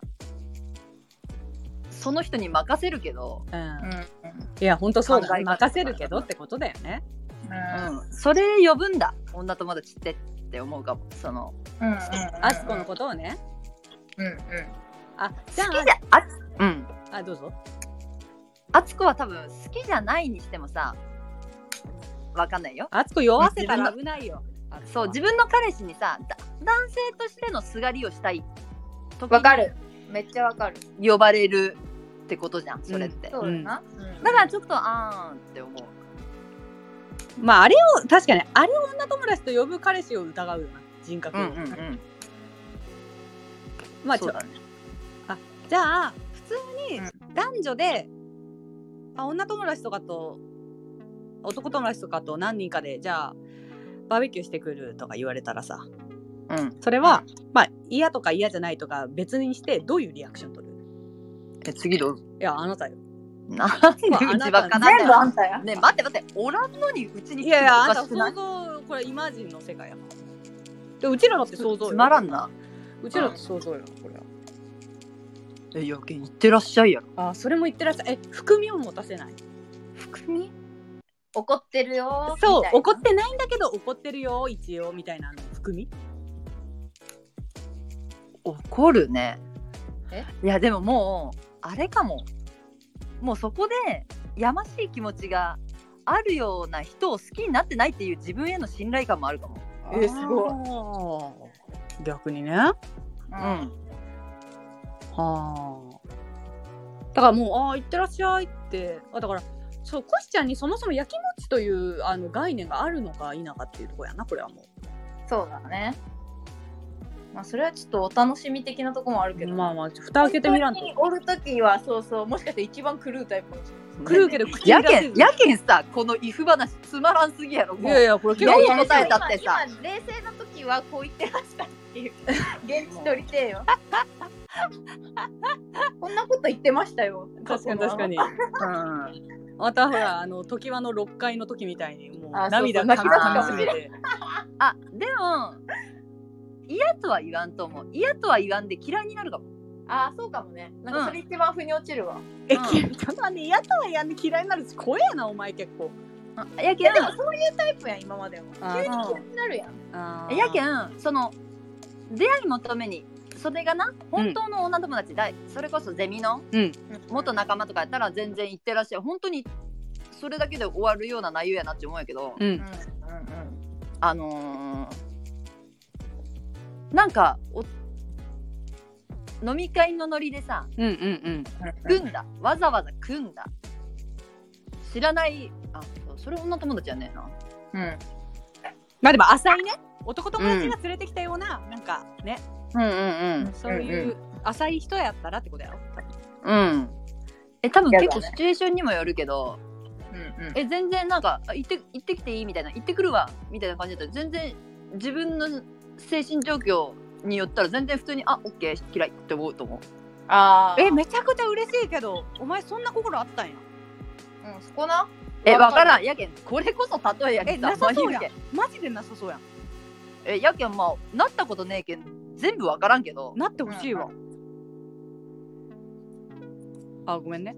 その人に任せるけど、 うん。 うんいや、ほんとそうだね。 考え方任せるけどってことだよね。 うんうん、それ呼ぶんだ女友達ってって思うかも。そのうんうんあつこのことをね。 うんうんあ、じゃ好きじゃあうんあ、あ、どうぞ。 あつこは多分好きじゃないにしてもさ、わかんないよ。 あつこ酔わせたら危ないよ。 そう、自分の彼氏にさ、だ男性としてのすがりをしたい時わかる。めっちゃわかる。 に呼ばれるってことじゃん、それって。 そうだな。うんだからちょっとあーんって思う。 まあ、あれを、確かに、あれを女友達と呼ぶ彼氏を疑うよな。人格を。 うんうんうん。 まあ、ちょそうだね。 じゃあ、普通にうん男女で、あ、女友達とかと、男友達とかと何人かで、じゃあ、バーベキューしてくるとか言われたらさ、 うん。 それは、まあ、嫌とか嫌じゃないとか別にして、どういうリアクション取る？ え、次どうぞ。 いや、あなたよ。 なんでうちばっかなんだ全部あよ。 んたや。 ねえ待って待って、おらんのにうちに来るいやいや、あのおんた想かしくない？ 像、これイマジンの世界やから。で、うちらだって想像よ。 つまらんな。 うちらだって想像よ、これは。 え、やけん、いってらっしゃいやろ。 あ、それも言ってらっしゃい。え、含みを持たせない。 含み？ 怒ってるよ。 そうみたいな怒ってないんだけど怒ってるよ一応みたいなの含み。 怒るね。 え？ いやでももうあれかも。もうそこでやましい気持ちがあるような人を好きになってないっていう自分への信頼感もあるかも。 えすごい。 ごい。逆にね。はううんん。 あ。だからもうああ行ってらっしゃいってあだからそうコシちゃんにそもそも焼きもちというあの概念があるのか否かっていうところやなこれはもそうだね。まあそれはちょっとお楽しみ的なところもあるけう。 ど。 まあまあ蓋開けてみらんと。 本当におるときはそうそう、もしかして一番狂うタイプかもしれない。 狂うけど口やに出せず。 けんやけんさ、このイフ話つまらんすぎやろ。もういやいやこれ結構どういやいや答えたってさ今今冷静な時はこう言ってましたっていう現地取りてえよ。こんなこと言ってましたよ。 確かに確かに。 うん。 またほらあの時はのろっかいの時みたいにもうあそうそう涙泣き出すかもかみしれないて。 あ、でも嫌とは言わんと思う。嫌とは言わんで嫌いになるかも。 ああそうかもね。なんかそれ一番腑に落ちるわ。 え、 うんきちょっとね嫌とは嫌で嫌いになるし怖えなお前結構。 やけんいやでもそういうタイプやん今までも。 あ急にー嫌いになるやん。 あーやけんその出会い求めにそれがな本当の女友達だい、それこそゼミのうん元仲間とかやったら全然行ってらっしゃい。本当にそれだけで終わるような内容やなって思うんやけど、 うんうんうんあのー、なんかお飲み会のノリでさうんうんうん組んだ、わざわざ組んだ知らないあそうそれ女友達やねんな。 うん。うんまあでも浅いね男友達が連れてきたような、なんかねうんうんそういう浅い人やったらってことやろうんうん。 え多分やだね結構シチュエーションにもよるけど、 うんうんえ全然なんかあ行って行ってきていいみたいな、行ってくるわみたいな感じだったら全然自分の精神状況によったら全然普通にあオッケー嫌いって思うと思う。 あーえめちゃくちゃ嬉しいけどお前そんな心あったんや。 うんそこなえわからんんやけんこれこそ例えやけえんさなさそうやん真に言けんマジでなさそうやん。 えやけんまあなったことねえけん全部わからんけどなってほしいわ。あごめんね。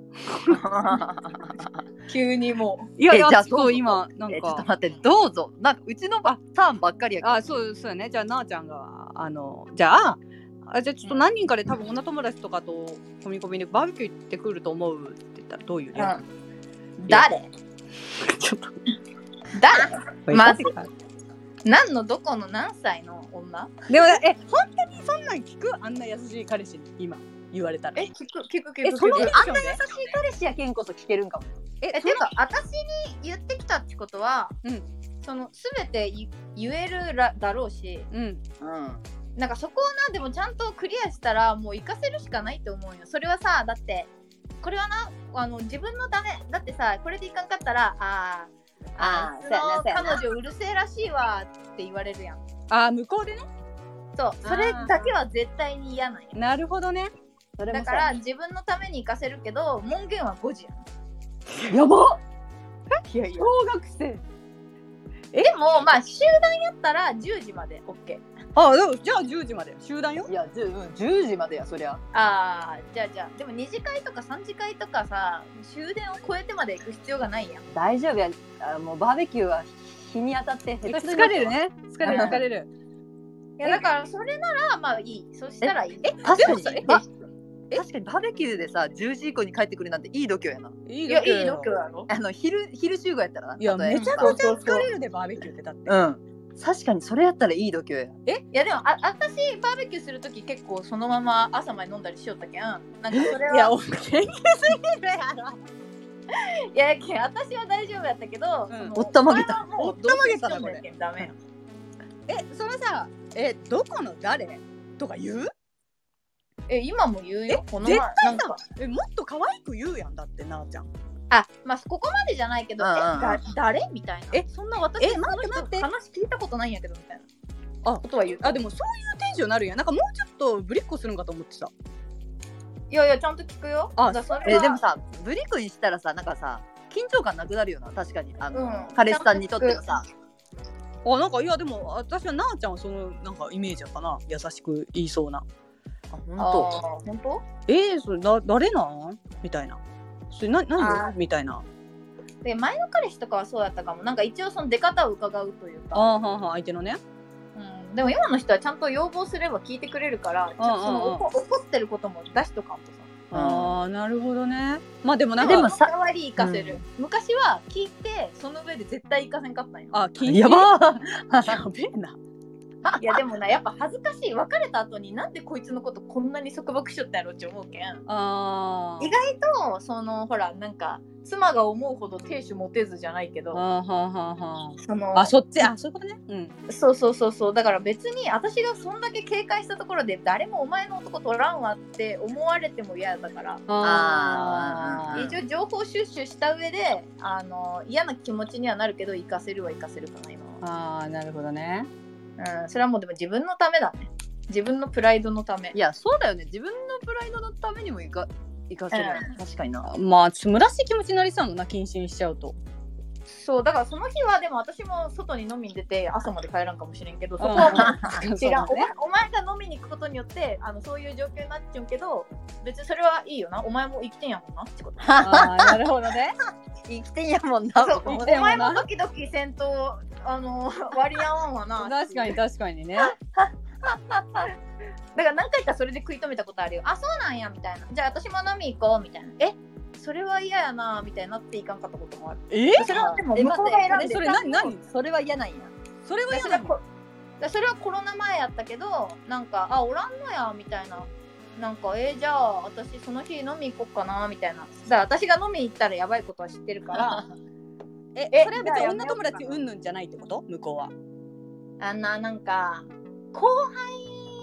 急にもいやいやえじゃあどうぞそう今なんえちょっとか待ってどうぞなんかうちのばターンばっかりやけんあそうそうやね。じゃあなあちゃんがあのじゃああじゃあちょっと何人かで多分女友達とかと込み込みでバーベキュー行ってくると思うって言ったらどういうう、 リアクうん、誰ちょっと誰まず何のどこの何歳の女でもえ本当にそんなん聞くあんな優しい彼氏に今言われたらえ聞く聞く聞くえその聞くテンションで優しい彼氏やけんこそ聞けるんかも。 ええそのてか私に言ってきたってことは、 うんその全て言言えるらだろうしうんうんなんかそこをなでもちゃんとクリアしたらもう活かせるしかないと思うよ。それはさだってこれはなあの自分のためだってさこれでいかんかったらあーあーあーそうやなそうやな彼女うるせえらしいわって言われるやん。 あ向こうでねそうそれだけは絶対に嫌なんよ。 なるほどねそれもだから自分のために活かせるけど門限はごじやん。 やばいやいや小学生でもまあ集団やったらじゅうじまで OK。 あでもじゃあじゅうじまで集団よいやじゅう、うん、じゅうじまでやそりゃ。 あーじゃあじゃあでもに次会とかさん次会とかさ終電を超えてまで行く必要がないやん。 大丈夫やあもうバーベキューは日に当たって疲れるね疲れる疲れるいやだからそれならまあいい。そしたらいい。え確かにでもさえば確かにバーベキューでさじゅうじ以降に帰ってくるなんていい度胸やな。 いいいやいい度胸やろ。 あの昼昼集合やったらないや例えめちゃくちゃ疲れるでバーベキューってだってうん確かにそれやったらいい度胸や。 いやでもあ私バーベキューするとき結構そのまま朝まで飲んだりしよったけんなんかそれはいやお元気すぎるやろいやけん私は大丈夫やったけど、 うんそのおったまげたお前はもうおったまげたな同棲しとんねんけんダメやん。 えそれさえどこの誰とか言うえ今も言うよ。この前絶なんかえもっと可愛く言うやんだってなあちゃんあまあここまでじゃないけど、 うんうんうんえだ誰みたいな。 えそんな私えその人待って待って話聞いたことないんやけどみたいなあことは言う。 あでもそういうテンションになるんやなんかもうちょっとぶりっこするんかと思ってたいやいやちゃんと聞くよ。 あだからそれはえでもさブリックにしたらさなんかさ緊張感なくなるよな確かにあの、 うん彼氏さんにとってはさあなんかいやでも私はなあちゃんはそのなんかイメージやったな優しく言いそうなあ本あ当ー本当えー、それだ誰なんみたいなそれなあ何みたいなで前の彼氏とかはそうやったかも。なんか一応その出方を伺うというか、 あーはーはー相手のねうん、でも今の人はちゃんと要望すれば聞いてくれるからちょうんうんうんその怒怒ってることも出しとかんとさ。 ああなるほどねまあでもなんかでもさ代わり活かせる、昔は聞いてその上で絶対活かせんかったんよ。 あ禁止やばーやべえないやでもなやっぱ恥ずかしい。別れた後になんでこいつのことこんなに束縛しよったんやろって思うけん、 あー意外とそのほらなんか妻が思うほど亭主持てずじゃないけど、 あーはーはーはそのーあそっちあそういうことねうんそうそうそうそうだから別に私がそんだけ警戒したところで誰もお前の男取らんわって思われても嫌だから、 あー一応情報収集した上であの嫌な気持ちにはなるけど活かせるは活かせるかな今は。 あーなるほどねうん、それはもうでも自分のためだね。自分のプライドのためい。やそうだよね自分のプライドのためにもいかいかせるよね、 うん確かになまあちょっと虚しい気持ちになりそうな謹慎しちゃうとそうだからその日はでも私も外に飲みに出て朝まで帰らんかもしれんけどそこはもう違う、 そうだねお前お前が飲みに行くことによってあのそういう状況になっちゃうけど別にそれはいいよな。お前も生きてんやもんなってこと。 あーなるほどね生きてんやもんなそうお生きてんもんな前もドキドキせんとあの割り合わんわな。 確かに確かにねだから何回かそれで食い止めたことあるよ。あそうなんやみたいな。じゃあ私も飲み行こうみたいな。えそれは嫌やなみたいになっていかんかったこともある。 えそれはでもえ向こうが選んでえそれ何何それは嫌なんやそれはで嫌なのそれはこでそれはコロナ前やったけどなんかあおらんのやみたいな。なんかえー、じゃあ私その日飲み行こっかなみたいな。だから私が飲みに行ったらやばいことは知ってるからええそれは別にじゃあやめよう女友達うんぬんじゃないってこと向こうはあんななんか後輩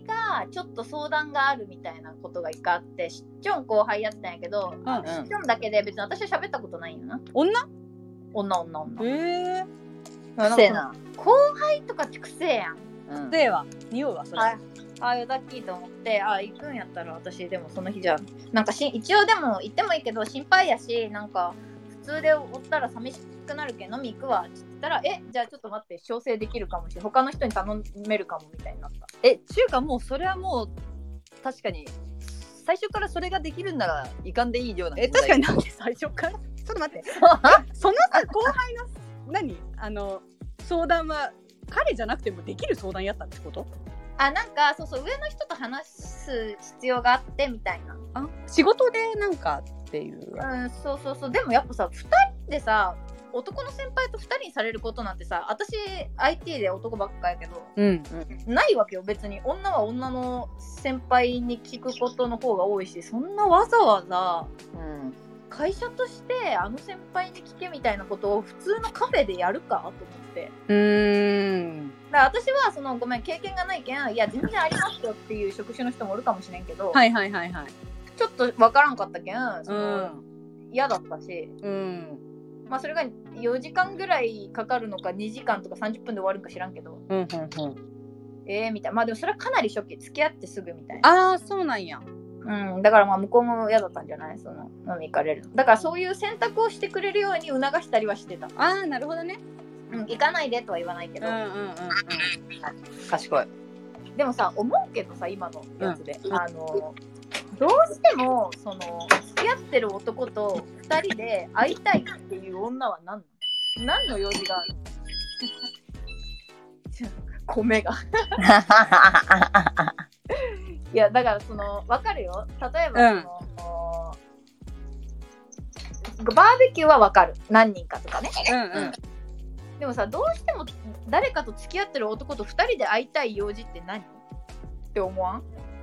がちょっと相談があるみたいなことが一回あって、しっちょん後輩やったんやけど、 うんうん、 しっちょんだけで別に私は喋ったことないんよな。 女女女女。 へえ。 くせえな。後輩とかってくせえやん。 うん、では匂うわそれ。 ああよだっきーと思って、あ行くんやったら私でもその日じゃなんかし一応でも行ってもいいけど心配やし、なんか普通でおったら寂しくなるけん飲み行くわって言ったら、えじゃあちょっと待って調整できるかもしれん、他の人に頼めるかもみたいになった。 え中華もうそれはもう確かに最初からそれができるんならいかんでいいような。 え確かになんで最初からちょっと待ってそのさ後輩の何あの相談は彼じゃなくてもできる相談やったってこと？ あなんかそうそう上の人と話す必要があってみたいな。 あ仕事でなんかっていう。 うんそうそうそう。でもやっぱさふたりでさ男の先輩とふたりにされることなんてさ、私 アイティー で男ばっかやけど、 うんうん、ないわけよ別に。女は女の先輩に聞くことの方が多いし、そんなわざわざ、うん、会社としてあの先輩に聞けみたいなことを普通のカフェでやるかと思って。 うーんだから私はそのごめん経験がないけん、いや全然ありますよっていう職種の人もおるかもしれんけど、 はいはいはいはい、 ちょっとわからんかったけんその、 うん、 嫌だったし、 うん、 まあそれがよじかんぐらいかかるのかにじかんとかさんじゅっぷんで終わるか知らんけど、 うんうんうん、 えーみたいな。まあでもそれはかなり初期、付き合ってすぐみたいな。 ああそうなんや。 うん、だからまあ向こうも嫌だったんじゃない、その飲み行かれる。だからそういう選択をしてくれるように促したりはしてた。 ああなるほどね。 うん、行かないでとは言わないけど、 うんうんうんうん、 賢い。 でもさ思うけどさ今のやつで、うん、あのどうしてもその付き合ってる男とふたりで会いたいっていう女は何なの？何の用事がある？米がいやだからその分かるよ。例えばその、うん、バーベキューは分かる、何人かとかね、うんうん、でもさどうしても誰かと付き合ってる男とふたりで会いたい用事って何って思わん？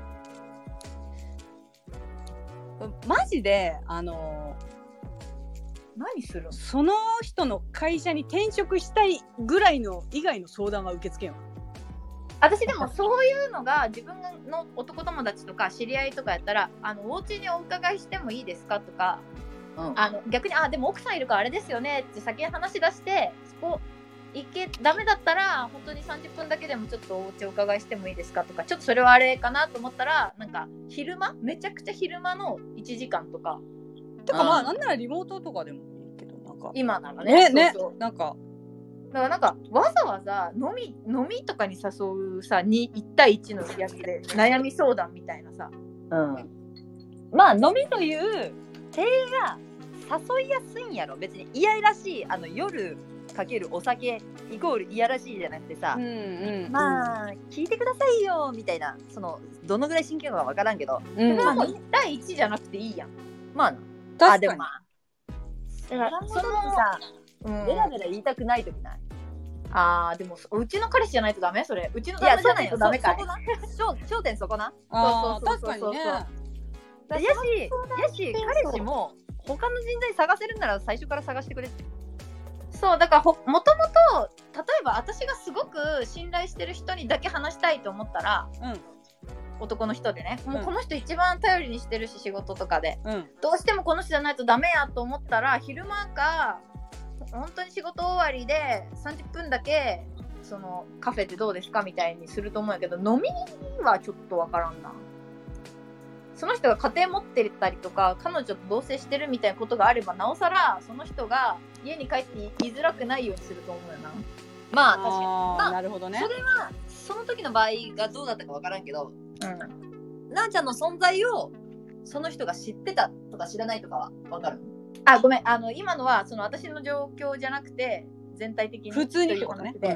マジであの何するの？ その人の会社に転職したいぐらいの以外の相談は受け付けんわ。 私でもそういうのが自分の男友達とか知り合いとかやったら、あのお家にお伺いしてもいいですかとか、うん、あの逆にあでも奥さんいるからあれですよねって先に話し出して、そこ行けダメだったら本当にさんじゅっぷんだけでもちょっとお家お伺いしてもいいですかとか、ちょっとそれはあれかなと思ったらなんか昼間めちゃくちゃ昼間のいちじかんとか、 てかまあなんならリモートとかでもいいけど、なんか今ならねねねそうそうなんかだからなんかわざわざ飲み飲みとかに誘うさにいち対いちのやつで悩み相談みたいなさ、 うん、まあ飲みという手が誘いやすいんやろ。別に嫌らしいあの夜かけるお酒イコール嫌らしいじゃなくてさ、うんうん、まあ聞いてくださいよみたいな、そのどのぐらい真剣かは分からんけど、 うん、まあいち対いちじゃなくていいやん。 まあ確かに。 あでもまあだからそのさ、うん、ベラベラ言いたくないときない？ あーでもうちの彼氏じゃないとダメ？それうちの旦那じゃないとダメかい？ 焦点そこな。 ああ確かにね。 やしやし彼氏も他の人材探せるなら最初から探してくれって。 そうだからほもともと例えば私がすごく信頼してる人にだけ話したいと思ったら、うん、男の人でね、もうこの人一番頼りにしてるし仕事とかで、うん、どうしてもこの人じゃないとダメやと思ったら昼間か本当に仕事終わりでさんじゅっぷんだけそのカフェでどうですかみたいにすると思うんやけど、飲みはちょっとわからんな。その人が家庭持ってたりとか彼女と同棲してるみたいなことがあればなおさらその人が家に帰って言いづらくないようにすると思うよな。 まあ確かに、まあ、 なるほどね。 それはその時の場合がどうだったかわからんけど、うん、なあちゃんの存在をその人が知ってたとか知らないとかはわかる？ あごめん、あの今のはその私の状況じゃなくて全体的に普通にってことね、 うん、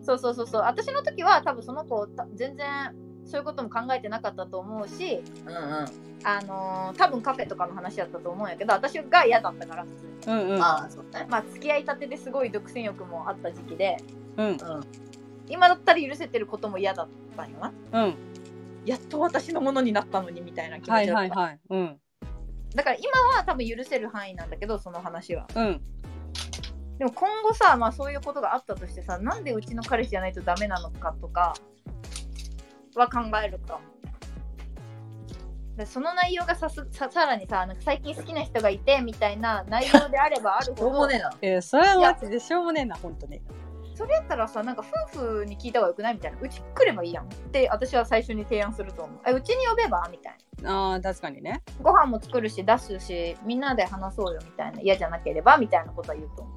そうそうそうそう。私の時は多分その子全然そういうことも考えてなかったと思うし、うんうん、あのー、多分カフェとかの話だったと思うんやけど、私が嫌だったから普通に、うんうん、あそうね、まあ付き合いたてですごい独占欲もあった時期で、うんうん、今だったら許せてることも嫌だったんよな、うん、やっと私のものになったのにみたいな気持ちだった、はいはいはい、うん、だから今は多分許せる範囲なんだけどその話は、うん、でも今後さ、まあ、そういうことがあったとしてさ、なんでうちの彼氏じゃないとダメなのかとかは考えると。でその内容がさす さ, さらにさなんか最近好きな人がいてみたいな内容であればあるほどしょうもねえな。 えー、それはマジでしょうもねえな、ほんとに。 それやったらさなんか夫婦に聞いた方がよくないみたいな、うち来ればいいやんって私は最初に提案すると思う。えうちに呼べばみたいな。 あー確かにね。 ご飯も作るし出すしみんなで話そうよみたいな、嫌じゃなければみたいなことは言うと思う。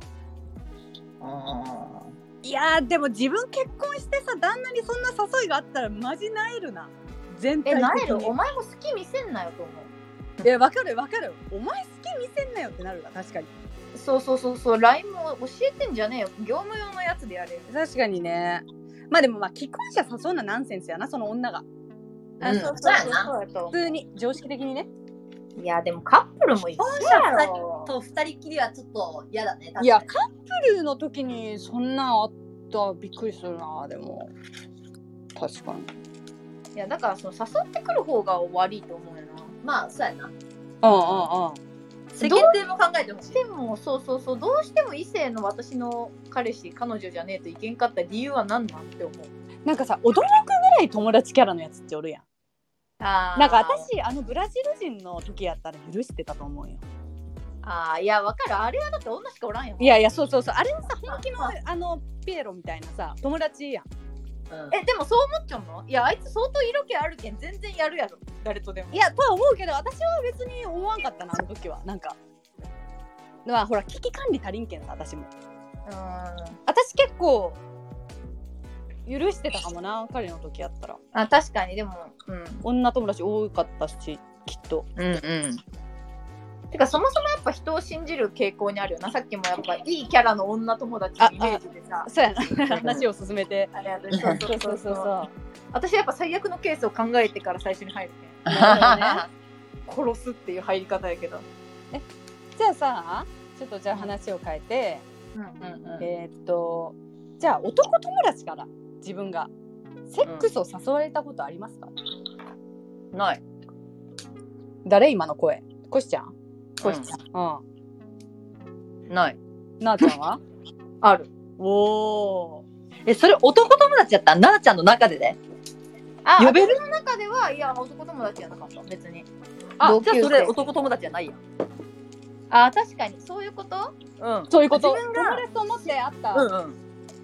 あいやーでも自分結婚してさ旦那にそんな誘いがあったらマジなえるな。全体え的に。 なえるお前も好き見せんなよと思う。 いやわかるわかる。お前好き見せんなよってなるわ。確かに。 そうそうそうそう ライン も教えてんじゃねえよ、業務用のやつでやれよ。 確かにね。まあでもまあ既婚者誘うのはナンセンスやな、その女が。 あ、 うんそうそうそうやなそうそうやと普通に常識的にね。 いやでもカップルも一緒やろ。 と二人きりはちょっと嫌だね。確かにいやカップルの時にそんなんあったらびっくりするな。でも確かに。 いやだからその誘ってくる方が悪いと思うよな。 まあそうやな。 うんうんうん。 世間体も考えてほしい。 でもそうそうそうどうしても異性の私の彼氏彼女じゃねえといけんかった理由は何なんって思う。 なんかさ驚くぐらい友達キャラのやつっておるやん。 あなんか私あのブラジル人の時やったら許してたと思うよ。 あーいやわかる、あれはだって女しかおらんよ。 いやいやそうそうそう、あれはさ本気のあのピエロみたいなさ友達やん。 えでもそう思っちゃうの？いやあいつ相当色気あるけん全然やるやろ誰とでも。 いやとは思うけど私は別に思わんかったなあの時は。なんかまあほら危機管理足りんけんさ私も。 うん私結構許してたかもな彼の時やったら。 あ確かにでもうん女友達多かったしきっと。 うんうん。 てかそもそもやっぱ人を信じる傾向にあるよな。さっきもやっぱいいキャラの女友達のイメージでさそうやな話を進めて。 あれやるそうそうそうそうそう私やっぱ最悪のケースを考えてから最初に入るね。殺すっていう入り方やけど。 じゃあさちょっとじゃあ話を変えて、 うんうんうんえー、っとじゃあ男友達から自分がセックスを誘われたことありますか？ ない。 誰今の声？コシちゃん？ コシちゃんうん。 ない。 なあちゃんは？ ある。 おお。 え、それ男友達やった？なあちゃんの中でね。 あ呼べる？ 私の中ではいや男友達じゃなかった別に。 あ、 同級生じゃあそれ男友達じゃないやん。 あ確かにそういうこと？ うん。 そういうこと。 自分が友達と思ってあった。 うんうん。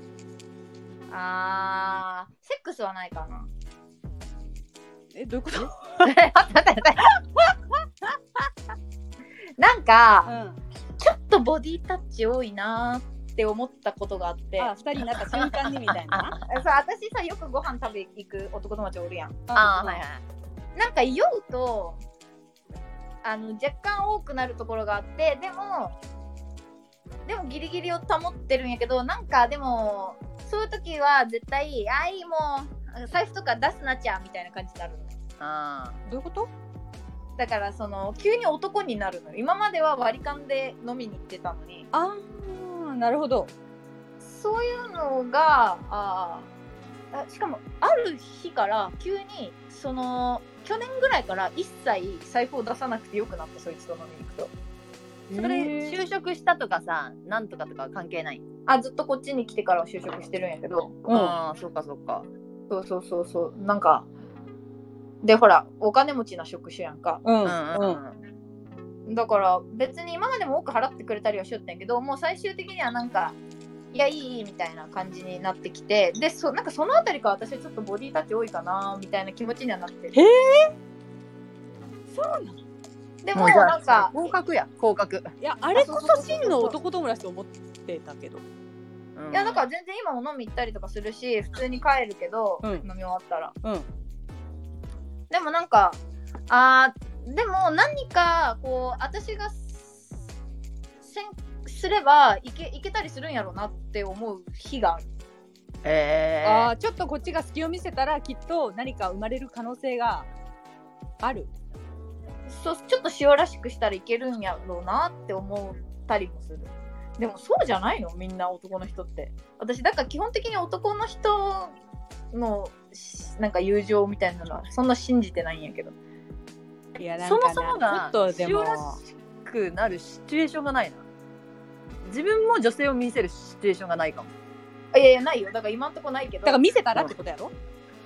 あーセックスはないかな。 えどういうこと？ なんか、 うん。 ちょっとボディタッチ多いなーって思ったことがあって。 あ二人になった瞬間にみたいな。 さ私さよくご飯食べ行く男友達おるやん。 あーはいはい。 なんか酔うとあの若干多くなるところがあってでもでもギリギリを保ってるんやけどなんかでもそういう時は絶対あいいもう財布とか出すなちゃみたいな感じになるの。 あどういうこと？ だからその急に男になるのよ。今までは割り勘で飲みに行ってたのにああなるほど。 そういうのがああしかもある日から急にその去年ぐらいから一切財布を出さなくてよくなったそいつと飲みに行くと。 ー。それ就職したとかさ、なんとかとかは関係ない。 あずっとこっちに来てからは就職してるんやけどうん。 ああ、そっかそっか。 そうそうそうそうなんかでほらお金持ちな職種やんか。 うんううんんだから別に今までも多く払ってくれたりはしよったんやけどもう最終的にはなんかいやいいみたいな感じになってきてでそなんかそのあたりから私はちょっとボディタッチ多いかなみたいな気持ちにはなってへえそうなの？ でももうじゃあなんか降格や、降格。 いやあれこそ真の男友達と思ってたけど。 うんいやだから全然今も飲み行ったりとかするし普通に帰るけど、 うん飲み終わったらうん。 でもなんかあーでも何かこう私がせんすればいけいけたりするんやろうなって思う日がある。 えー、 ああちょっとこっちが隙を見せたらきっと何か生まれる可能性がある。 そうちょっと塩らしくしたらいけるんやろうなって思ったりもする。でもそうじゃないのみんな男の人って。私だから基本的に男の人のなんか友情みたいなのはそんな信じてないんやけど。 いやなんそかもそもがちょっとでも塩らしくなるシチュエーションがないな。自分も女性を見せるシチュエーションがないかも。 いやいやないよ。だから今んとこないけど。 だから見せたらってことやろ？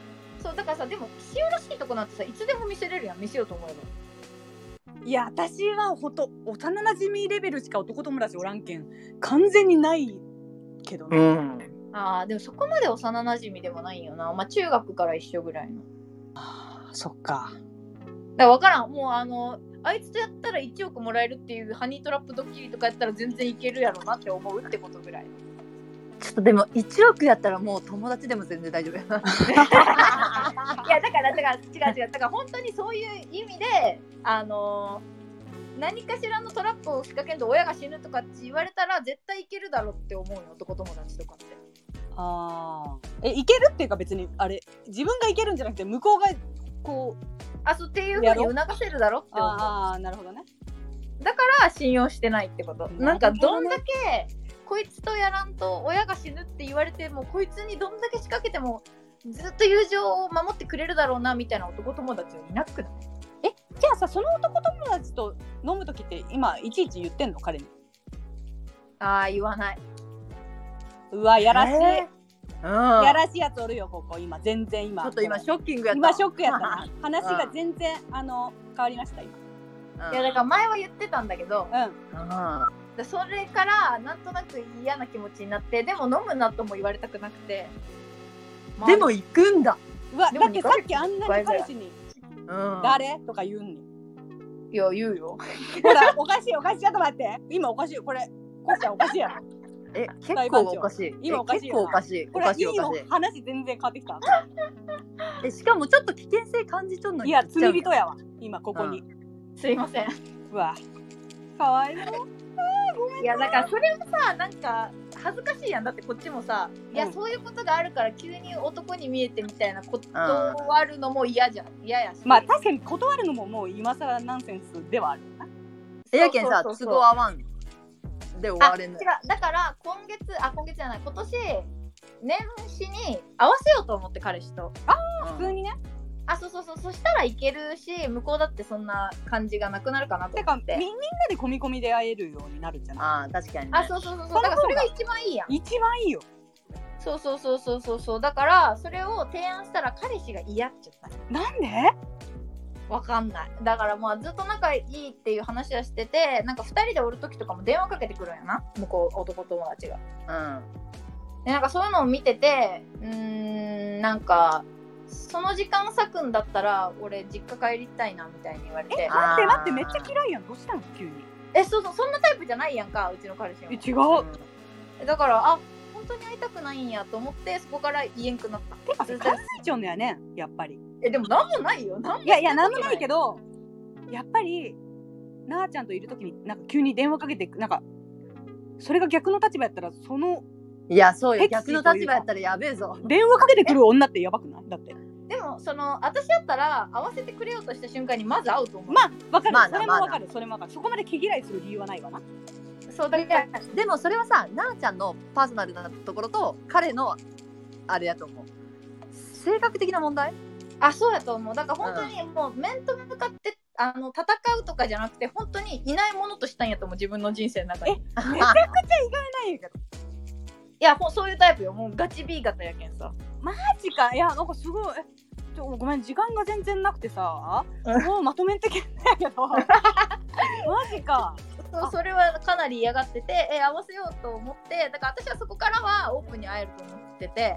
そうだからさ、でも塩らしいとこなんてさ、いつでも見せれるやん、見せようと思えば。 いや私はほんと幼なじみレベルしか男友達おらんけん完全にないけどね、うん、 ああでもそこまで幼なじみでもないよな。まあ中学から一緒ぐらいの。 あそっか。 だから分からん、もうあのあいつとやったらいちおくもらえるっていうハニートラップドッキリとかやったら全然いけるやろなって思うってことぐらい。 ちょっとでもいちおくやったらもう友達でも全然大丈夫やな。 いやだからだから違う違うだから本当にそういう意味であのー、何かしらのトラップを仕掛けんと親が死ぬとかって言われたら絶対いけるだろうって思うよ、男友達とかって。 ああえいけるっていうか別にあれ自分がいけるんじゃなくて向こうがこうあそうっていう風に促せるだろって思う。 ああなるほどね。 だから信用してないってこと。なんかどんだけこいつとやらんと親が死ぬって言われてもこいつにどんだけ仕掛けてもずっと友情を守ってくれるだろうなみたいな男友達はいなくない？ えじゃあさその男友達と飲むときって今いちいち言ってんの彼に？ ああ言わない。 うわやらしい、 えーうん、 やらしいやつおるよここ今全然今ちょっと今ショッキングやった。 今ショックやったな話が全然あの変わりました今、 うん、いやだから前は言ってたんだけど、 うん、 うんでそれからなんとなく嫌な気持ちになってでも飲むなとも言われたくなくて、 まあ、でも行くんだ。 うわだってさっきあんなに彼氏に、うん、誰とか言うんに。 いや言うよ。 ほらおかしいおかしいちょっと待って今おかしいこれこうちゃんおかしいやろ。 え結構おかしい。 今おかしい結構おかしい。 これいいよ話全然変わってきた。 えしかもちょっと危険性感じとんのに。 いや罪人やわ今ここに、 うん、すいません。 うわかわいいの。 いやだからそれもさなんか恥ずかしいやん。だってこっちもさ、うん、いやそういうことがあるから急に男に見えてみたいな断るのも嫌じゃん。嫌やし。 まあ確かに断るのももう今更ナンセンスではあるよな。 えやけんさ都合合わんで終われんの。 違うだから今月あ今月じゃない今年年始に合わせようと思って彼氏と。 ああ、うん、普通にね。 あそうそうそうそしたらいけるし向こうだってそんな感じがなくなるかなと思って。 てかみんなで込み込みで会えるようになるんじゃない？ ああ確かに、ね、 あそうそうそうそうだからそれが一番いいやん。 一番いいよ。 そうそうそうそうそうそうだからそれを提案したら彼氏が嫌っちゃった。 なんで？ わかんない。だからまあずっと仲いいっていう話はしててなんかふたりでおる時とかも電話かけてくるんやな向こう男友達が。うんでなんかそういうのを見ててうーんなんかその時間割くんだったら俺実家帰りたいなみたいに言われて。 え待って待ってめっちゃ嫌いやん。どうしたの急に。 えそうそうそんなタイプじゃないやんかうちの彼氏は。 え違う、 うん、だからあ本当に会いたくないんやと思ってそこから言えんくなった。 てか考えちゃうんだよねやっぱり。 えでもなんもないよ。なんもいやいやなんもないけどやっぱりなあちゃんといるときになんか急に電話かけてなんかそれが逆の立場やったらそのいやそうよ逆の立場やったらやべえぞ。 電話かけてくる女ってやばくない？だってでもその私だったら合わせてくれようとした瞬間にまず会うと思う。 まあわかる、 まあ、 それもわかる、まあ、それもわかる。そこまで毛嫌いする理由はないわな。 そうだからでもそれはさなあちゃんのパーソナルなところと彼のあれやと思う。性格的な問題？ あそうやと思う。だから本当にもう面と向かってあの戦うとかじゃなくて本当にいないものとしたんやと思う自分の人生の中に。 えめちゃくちゃ意外なんやけど。 いやそういうタイプよ。もうガチ B 型やけんさ。 マジか。いやなんかすごいえちょごめん時間が全然なくてさもうまとめてけんだけどマジか。 そうそれはかなり嫌がっててえ合わせようと思ってだから私はそこからはオープンに会えると思ってて。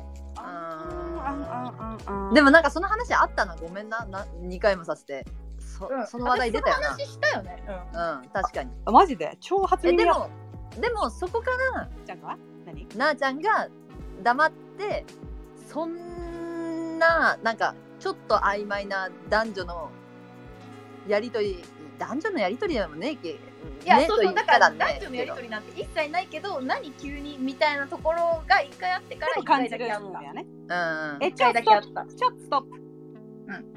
あでもなんかその話あったなごめんななにかいもさせて そ,、うん、その話題出たよな。 その話したよね。うん、 うん、確かに。 あマジで超初耳や。 でもでもそこからちゃんが何なあちゃんが黙ってそんななんかちょっと曖昧な男女のやりとり男女のやりとりでもねえけいや、ね、そうそうだから男女のやりとりなんて一切ないけど何急にみたいなところが一回あってから一回だけあった。 ね、 うん、 一回だけあった。 ちょっとストップ。 うん